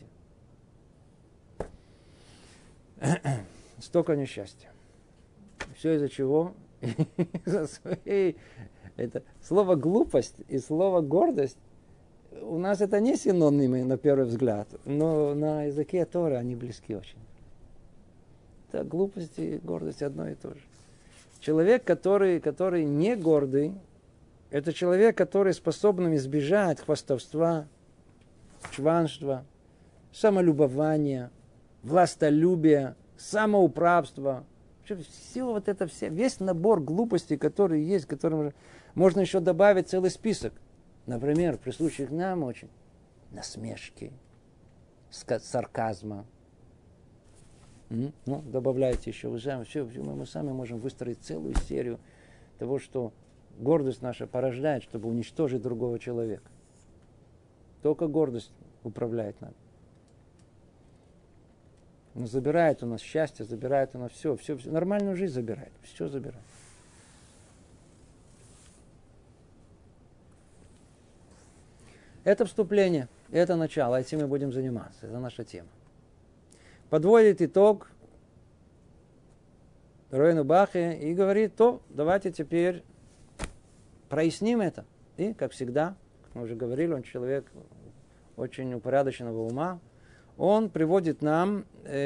Столько несчастья. Все из-за чего? Из-за своей... Это слово глупость и слово гордость у нас это не синонимы на первый взгляд, но на языке Торы они близки очень. Это глупость и гордость одно и то же. Человек, который не гордый, это человек, который способен избежать хвастовства, чванства, самолюбования, властолюбие, самоуправство. Все вот это, весь набор глупостей, которые есть, которым можно еще добавить целый список. Например, присущий к нам очень насмешки, сарказма. Ну, добавляйте еще, мы сами можем выстроить целую серию того, что гордость наша порождает, чтобы уничтожить другого человека. Только гордость управляет нами. Но забирает у нас счастье, забирает у нас все. Нормальную жизнь забирает, все забирает. Это вступление, это начало, этим мы будем заниматься, это наша тема. Подводит итог Рабейну Бахе и говорит, давайте теперь проясним это. И, как всегда, как мы уже говорили, он человек очень упорядоченного ума, он приводит нам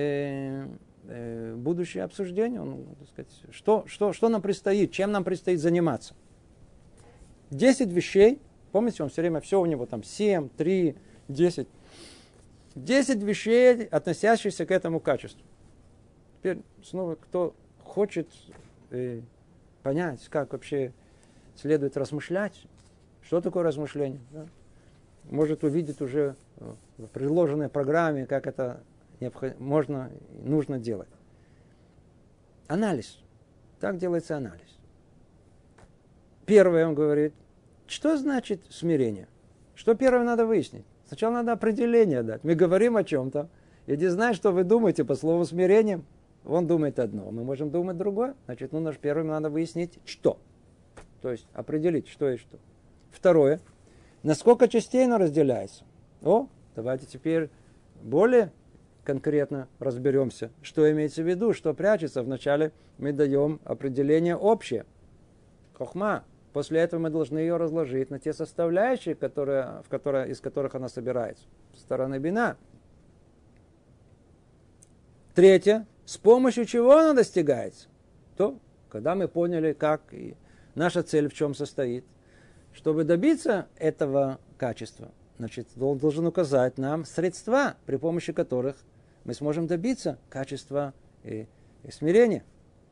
будущее обсуждение, он, так сказать, что нам предстоит, чем нам предстоит заниматься. 10 вещей, помните, он все время, все у него там 7, 3, 10. 10 вещей, относящихся к этому качеству. Теперь снова, кто хочет понять, как вообще следует размышлять, что такое размышление, да? Может увидеть уже в предложенной программе, как это можно и нужно делать. Анализ. Так делается анализ. Первое, он говорит, что значит смирение? Что первое надо выяснить? Сначала надо определение дать. Мы говорим о чем-то. Я не знаю, что вы думаете по слову смирением. Он думает одно, мы можем думать другое. Значит, наш первым надо выяснить, что. То есть определить, что и что. Второе. Насколько частей оно разделяется? Давайте теперь более конкретно разберемся, что имеется в виду, что прячется. Вначале мы даем определение общее. Хохма. После этого мы должны ее разложить на те составляющие, из которых она собирается. Со стороны бина. Третье. С помощью чего она достигается? Когда мы поняли, как и наша цель в чем состоит. Чтобы добиться этого качества, значит, он должен указать нам средства, при помощи которых мы сможем добиться качества и смирения.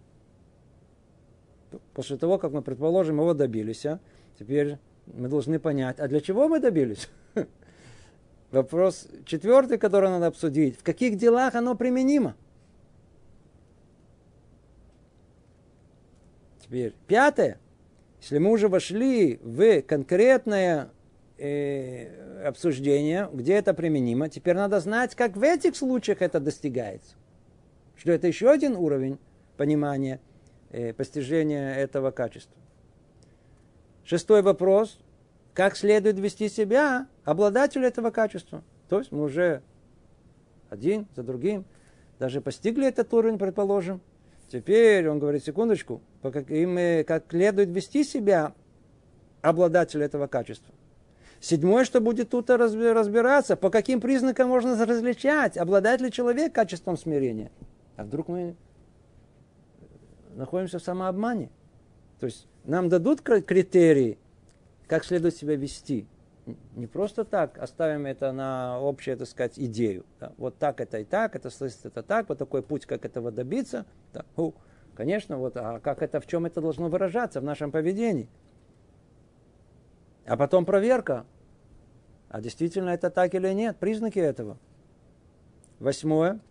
После того, как мы, предположим, его добились, теперь мы должны понять, а для чего мы добились? Вопрос четвертый, который надо обсудить. В каких делах оно применимо? Теперь пятое. Если мы уже вошли в конкретное обсуждение, где это применимо, теперь надо знать, как в этих случаях это достигается. Что это еще один уровень понимания, постижения этого качества. Шестой вопрос. Как следует вести себя обладателю этого качества? То есть мы уже один за другим даже постигли этот уровень, предположим. Теперь он говорит, секундочку, как следует вести себя обладатель этого качества. Седьмое, что будет тут разбираться, по каким признакам можно различать, обладает ли человек качеством смирения. А вдруг мы находимся в самообмане? То есть нам дадут критерии, как следует себя вести. Не просто так оставим это на общую, так сказать, идею. Да. Вот так это и так, это слышит это так, вот такой путь, как этого добиться. Да. Конечно, а как это, в чем это должно выражаться в нашем поведении? А потом проверка. А действительно это так или нет? Признаки этого. Восьмое.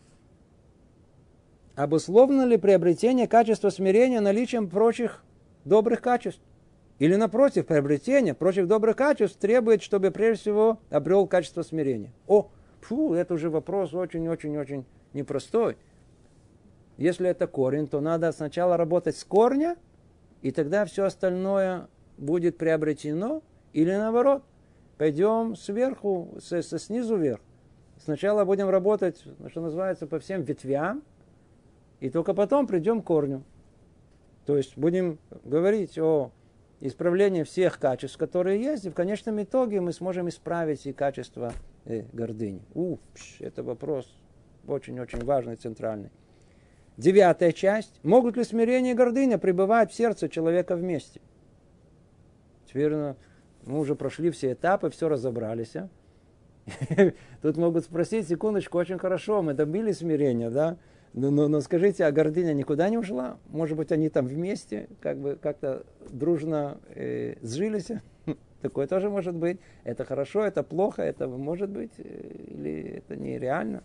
Обусловлено ли приобретение качества смирения наличием прочих добрых качеств? Или, напротив, приобретение прочих добрых качеств требует, чтобы прежде всего обрел качество смирения. Это уже вопрос очень-очень-очень непростой. Если это корень, то надо сначала работать с корня, и тогда все остальное будет приобретено, или наоборот. Пойдем сверху, снизу вверх. Сначала будем работать, что называется, по всем ветвям, и только потом придем к корню. То есть будем говорить о исправлении всех качеств, которые есть, и в конечном итоге мы сможем исправить и качество гордыни. Это вопрос очень-очень важный, центральный. Девятая часть. Могут ли смирение и гордыня пребывать в сердце человека вместе? Теперь мы уже прошли все этапы, все разобрались. Тут могут спросить, секундочку, очень хорошо, мы добились смирения, да? Но скажите, а гордыня никуда не ушла? Может быть, они там вместе, как бы как-то дружно сжились? Такое тоже может быть. Это хорошо, это плохо, это может быть, или это нереально.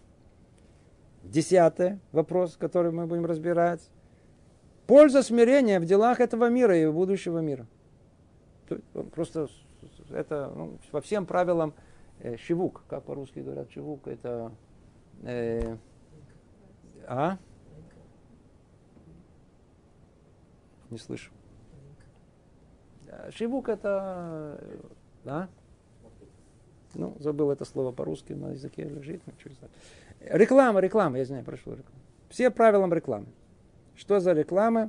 10 вопрос, который мы будем разбирать. Польза смирения в делах этого мира и будущего мира. Просто это по всем правилам шивук, как по-русски говорят, шивук, это... Не слышу. Шивук это... забыл это слово по-русски, на языке лежит. Реклама, я знаю, прошу рекламу. Все правилам рекламы. Что за реклама?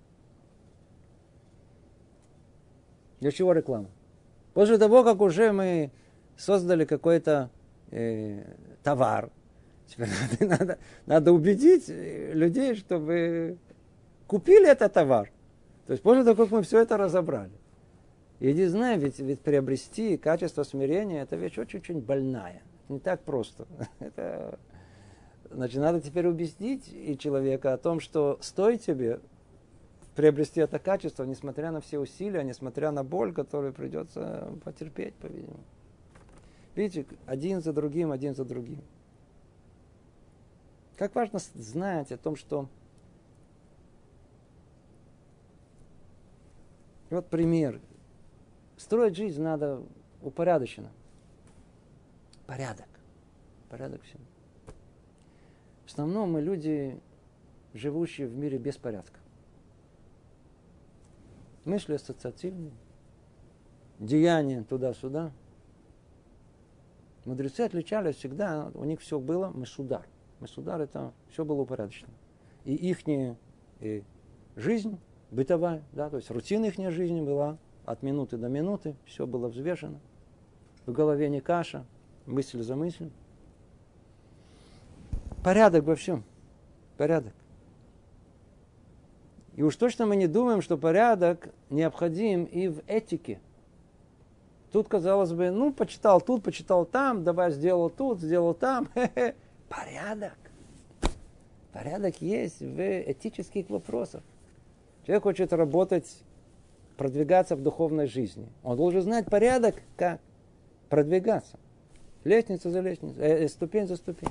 Для чего реклама? После того, как уже мы создали какой-то товар, теперь надо убедить людей, чтобы купили этот товар. То есть после того, как мы все это разобрали. И не знаю, ведь приобрести качество смирения, это вещь очень-очень больная. Не так просто. Это, значит, надо теперь убедить и человека о том, что стоит тебе приобрести это качество, несмотря на все усилия, несмотря на боль, которую придется потерпеть, по-видимому. Видите, один за другим. Как важно знать о том, что... Вот пример. Строить жизнь надо упорядоченно. Порядок всем. В основном мы люди, живущие в мире без порядка. Мысли ассоциативные, деяния туда-сюда. Мудрецы отличались всегда, у них все было месудар. Месудар это все было упорядочено. И ихняя жизнь бытовая, то есть рутина ихней жизни была от минуты до минуты, все было взвешено. В голове не каша, мысль за мыслью. Порядок во всем. Порядок. И уж точно мы не думаем, что порядок необходим и в этике. Тут, казалось бы, почитал тут, почитал там, давай сделал тут, сделал там. Порядок. Порядок есть в этических вопросах. Человек хочет работать, продвигаться в духовной жизни. Он должен знать порядок, как продвигаться. Лестница за лестницей, ступень за ступень.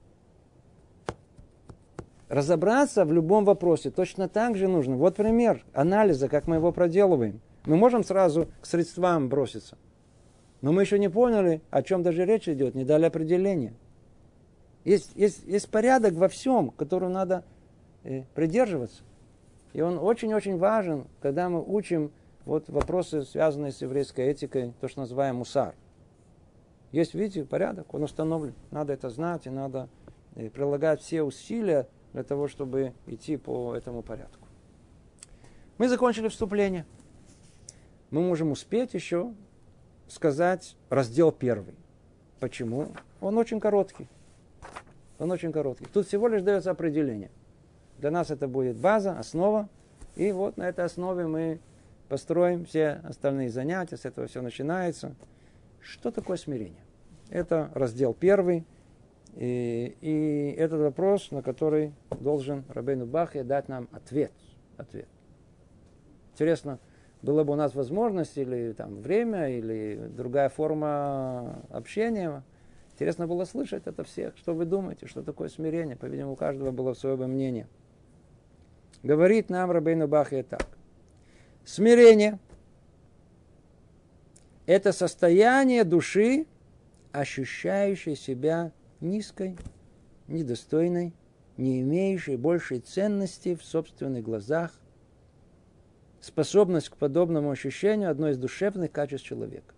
Разобраться в любом вопросе точно так же нужно. Вот пример анализа, как мы его проделываем. Мы можем сразу к средствам броситься. Но мы еще не поняли, о чем даже речь идет, не дали определения. Есть порядок во всем, которому надо придерживаться. И он очень-очень важен, когда мы учим вопросы, связанные с еврейской этикой, то, что называем мусар. Есть, видите, порядок, он установлен. Надо это знать, и надо прилагать все усилия для того, чтобы идти по этому порядку. Мы закончили вступление. Мы можем успеть еще сказать раздел 1. Почему? Он очень короткий. Тут всего лишь дается определение. Для нас это будет база, основа. И вот на этой основе мы построим все остальные занятия. С этого все начинается. Что такое смирение? Это раздел 1. И этот вопрос, на который должен Рабейну Бахья дать нам ответ. Интересно, была бы у нас возможность, или время, или другая форма общения. Интересно было слышать это всех. Что вы думаете, что такое смирение? По-видимому, у каждого было свое мнение. Говорит нам Рабейну Бахья так. Смирение – это состояние души, ощущающей себя низкой, недостойной, не имеющей большей ценности в собственных глазах. Способность к подобному ощущению – одно из душевных качеств человека.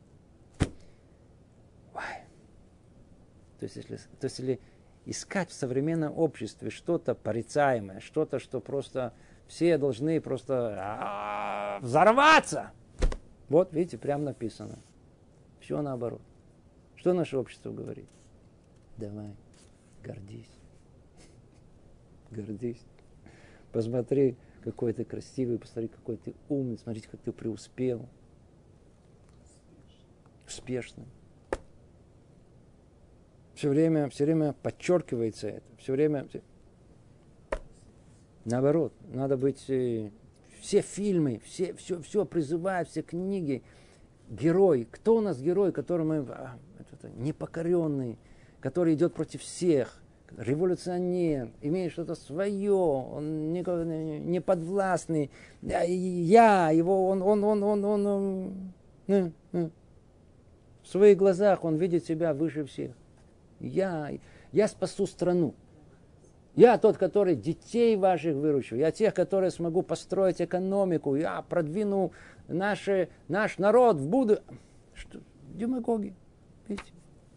То есть, если искать в современном обществе что-то порицаемое, что-то, что просто все должны просто взорваться. Вот, видите, прямо написано. Все наоборот. Что наше общество говорит? Давай, гордись. Посмотри, какой ты красивый, посмотри, какой ты умный, смотри, как ты преуспел. Успешный. все время подчеркивается это. Все время... Наоборот, надо быть... Все фильмы, все призывают, все книги. Герой. Кто у нас герой, который мы... непокоренный, который идет против всех. Революционер, имеет что-то свое, он не подвластный. В своих глазах он видит себя выше всех. Я спасу страну. Я тот, который детей ваших выручу. Я тех, которые смогу построить экономику. Я продвину наш народ в будущее. Что? Демагоги. Видите?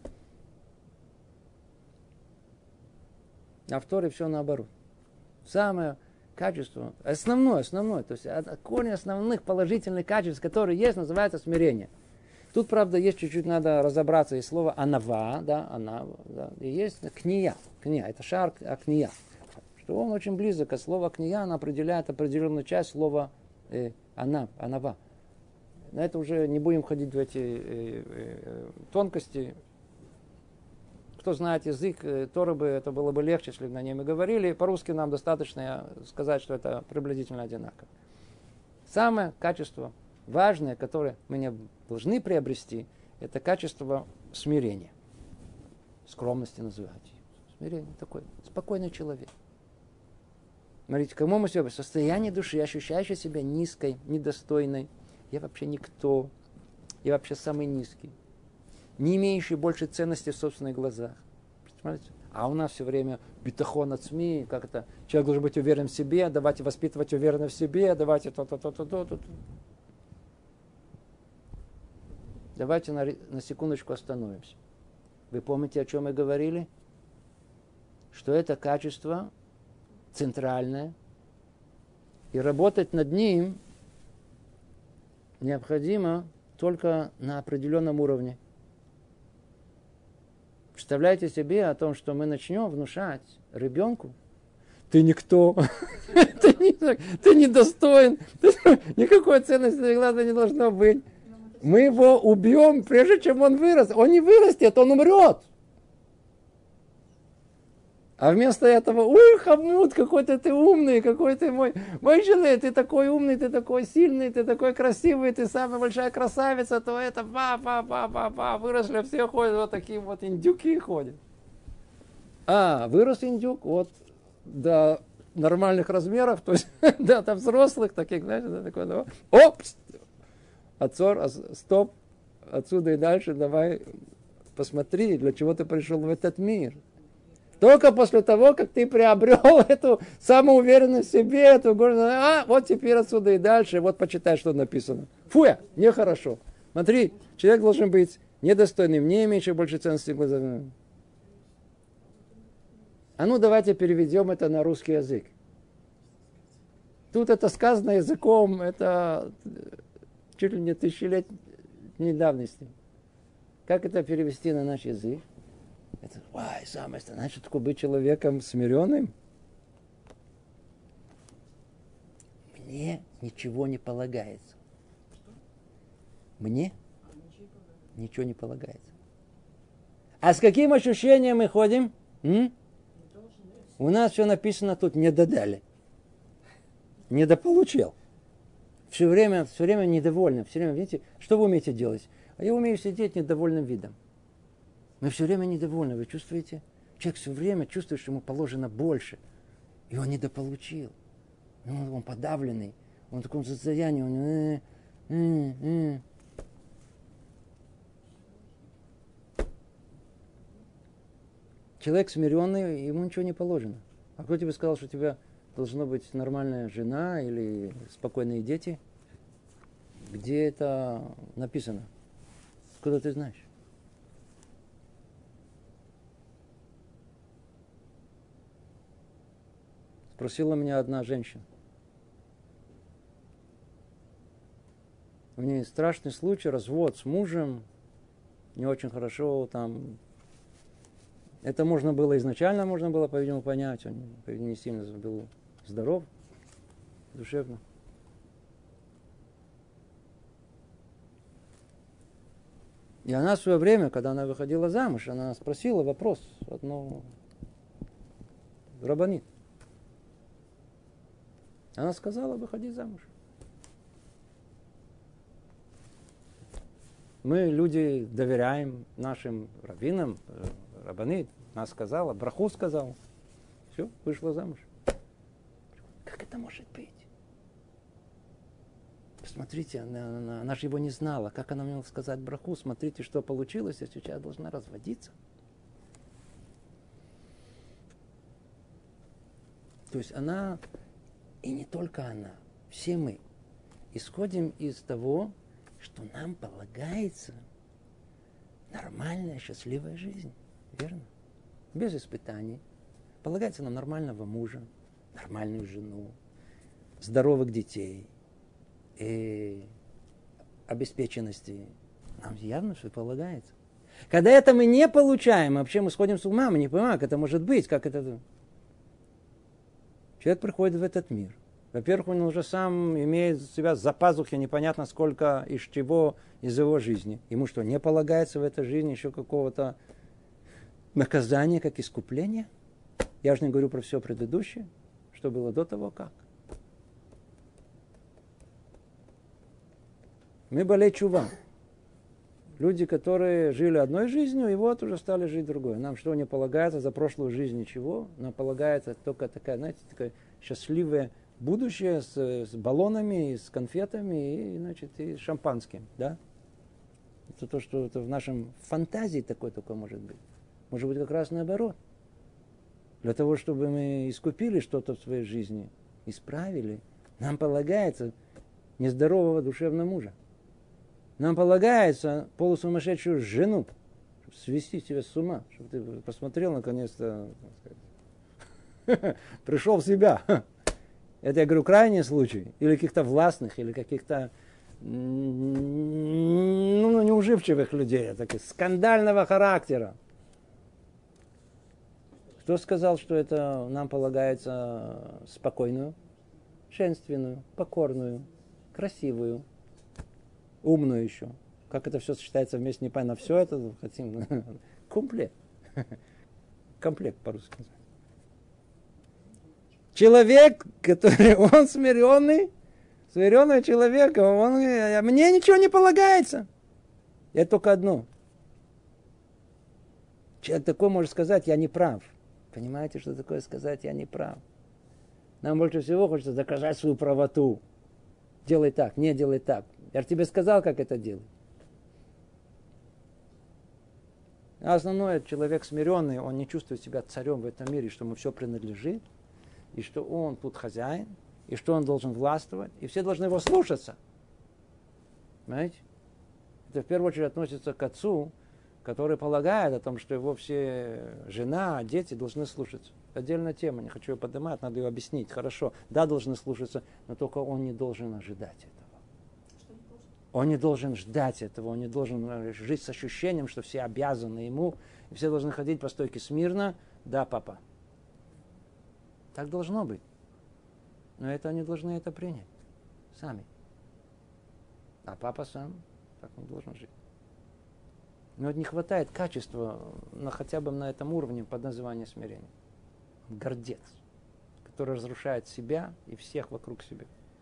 А в Торе все наоборот. Самое качество, основное, то есть корень основных положительных качеств, которые есть, называется смирение. Тут, правда, есть чуть-чуть надо разобраться. Есть слово анава, да, и есть кния. Кния, это шар кния. Что он очень близок, а слово кния, оно определяет определенную часть слова анава. На это уже не будем ходить в эти тонкости. Кто знает язык Торы, это было бы легче, если бы на нем и говорили. По-русски нам достаточно сказать, что это приблизительно одинаково. Самое качество важное, которое мы не должны приобрести, это качество смирения. Скромности называть. Смирение такой. Спокойный человек. Смотрите, кому мы сегодня? Состояние души, ощущающей себя низкой, недостойной. Я вообще никто. Я вообще самый низкий. Не имеющий больше ценности в собственных глазах. Понимаете? А у нас все время битахон от СМИ, как это, человек должен быть уверен в себе, давайте воспитывать уверенность в себе, давайте то. Давайте на секундочку остановимся. Вы помните, о чем мы говорили? Что это качество центральное, и работать над ним необходимо только на определенном уровне. Представляете себе о том, что мы начнем внушать ребенку: ты никто, ты недостоин, никакой ценности для глаза не должно быть. Мы его убьем, прежде чем он вырос. Он не вырастет, он умрет. А вместо этого, ой, Хамуд, какой-то ты умный, какой ты мой человек, ты такой умный, ты такой сильный, ты такой красивый, ты самая большая красавица, то это выросли, все ходят вот такие вот индюки ходят. Вырос индюк, вот до нормальных размеров, то есть до взрослых таких, знаешь, такой, да, отцор, стоп, отсюда и дальше, давай посмотри, для чего ты пришел в этот мир. Только после того, как ты приобрел эту самоуверенность в себе, эту гордость, вот теперь отсюда и дальше, вот почитай, что написано. Фуя, нехорошо. Смотри, человек должен быть недостойным, не имеющим больше ценности в глазах. Давайте переведем это на русский язык. Тут это сказано языком, это чуть ли не тысячелетней давности. Как это перевести на наш язык? Это, самое страшное, что такое быть человеком смиренным? Мне ничего не полагается. Мне ничего не полагается. А с каким ощущением мы ходим? У нас все написано тут: не додали. Недополучил. Все время недовольны. Все время, видите, что вы умеете делать? А я умею сидеть недовольным видом. Мы все время недовольны, вы чувствуете? Человек все время чувствует, что ему положено больше. И он недополучил. Он подавленный. Он в таком состоянии. Человек смиренный, ему ничего не положено. А кто тебе сказал, что у тебя должна быть нормальная жена или спокойные дети? Где это написано? Откуда ты знаешь? Спросила меня одна женщина. У нее страшный случай, развод с мужем, не очень хорошо там. Это изначально можно было, по-видимому, понять. Он, по-видимому, не сильно был здоров душевно. И она в свое время, когда она выходила замуж, она спросила вопрос одну рабанит. Она сказала, выходи замуж. Мы, люди, доверяем нашим раввинам, рабанит. Она сказала, браху сказал. Все, вышла замуж. Как это может быть? Посмотрите, она же его не знала. Как она могла сказать браху? Смотрите, что получилось, я сейчас должна разводиться. То есть она, и не только она, все мы исходим из того, что нам полагается нормальная, счастливая жизнь. Верно? Без испытаний. Полагается нам нормального мужа, нормальную жену, здоровых детей, и обеспеченности. Нам явно все полагается. Когда это мы не получаем, вообще мы сходим с ума, мы не понимаем, как это может быть, как это... Человек приходит в этот мир. Во-первых, он уже сам имеет у себя за пазухой непонятно сколько из чего из его жизни. Ему что, не полагается в этой жизни еще какого-то наказания, как искупления? Я же не говорю про все предыдущее, что было до того, как. Мы болей чува. Люди, которые жили одной жизнью, и вот уже стали жить другой. Нам что не полагается за прошлую жизнь ничего. Нам полагается только такая, знаете, такое счастливое будущее с баллонами, с конфетами и, значит, и шампанским. Да? Это то, что это в нашем фантазии такое только может быть. Может быть, как раз наоборот. Для того, чтобы мы искупили что-то в своей жизни, исправили, нам полагается нездорового душевного мужа. Нам полагается полусумасшедшую жену, чтобы свести тебя с ума, чтобы ты посмотрел наконец-то, пришел в себя. Это, я говорю, крайний случай. Или каких-то властных, или каких-то неуживчивых людей, таких скандального характера. Кто сказал, что это нам полагается спокойную, женственную, покорную, красивую, умную еще? Как это все сочетается вместе, не понятно. Все это хотим. Комплект. Комплект по-русски называется. Человек, который, он смиренный человек, мне ничего не полагается. Это только одно. Человек такой может сказать, я не прав. Понимаете, что такое сказать, я не прав? Нам больше всего хочется доказать свою правоту. Делай так, не делай так. Я же тебе сказал, как это делать. А основное, человек смиренный, он не чувствует себя царем в этом мире, что ему все принадлежит, и что он тут хозяин, и что он должен властвовать, и все должны его слушаться. Понимаете? Это в первую очередь относится к отцу, который полагает о том, что его все жена, дети должны слушаться. Отдельная тема, не хочу ее поднимать, надо ее объяснить. Хорошо, да, должны слушаться, но только он не должен ожидать этого. Он не должен ждать этого, он не должен жить с ощущением, что все обязаны ему, и все должны ходить по стойке смирно. Да, папа. Так должно быть. Но это они должны это принять. Сами. А папа сам так он должен жить. Но не хватает качества хотя бы на этом уровне под названием смирения. Гордец, который разрушает себя и всех вокруг себя.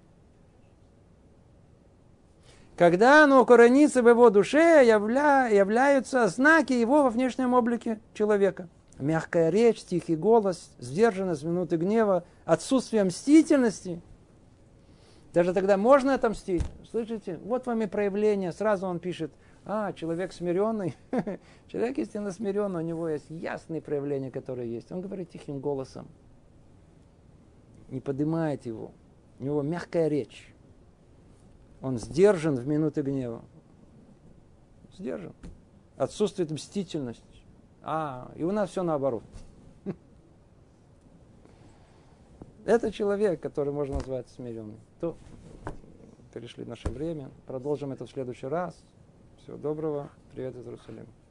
Когда оно укоренится в его душе, являются знаки его во внешнем облике человека. Мягкая речь, тихий голос, сдержанность в минуты гнева, отсутствие мстительности. Даже тогда можно отомстить. Слышите? Вот вам и проявление. Сразу он пишет, человек смиренный. Человек истинно смиренный, у него есть ясные проявления, которые есть. Он говорит тихим голосом. Не поднимает его. У него мягкая речь. Он сдержан в минуты гнева. Сдержан. Отсутствует мстительность. И у нас все наоборот. Это человек, который можно назвать смиренным. То перешли наше время. Продолжим это в следующий раз. Всего доброго. Привет из Иерусалима.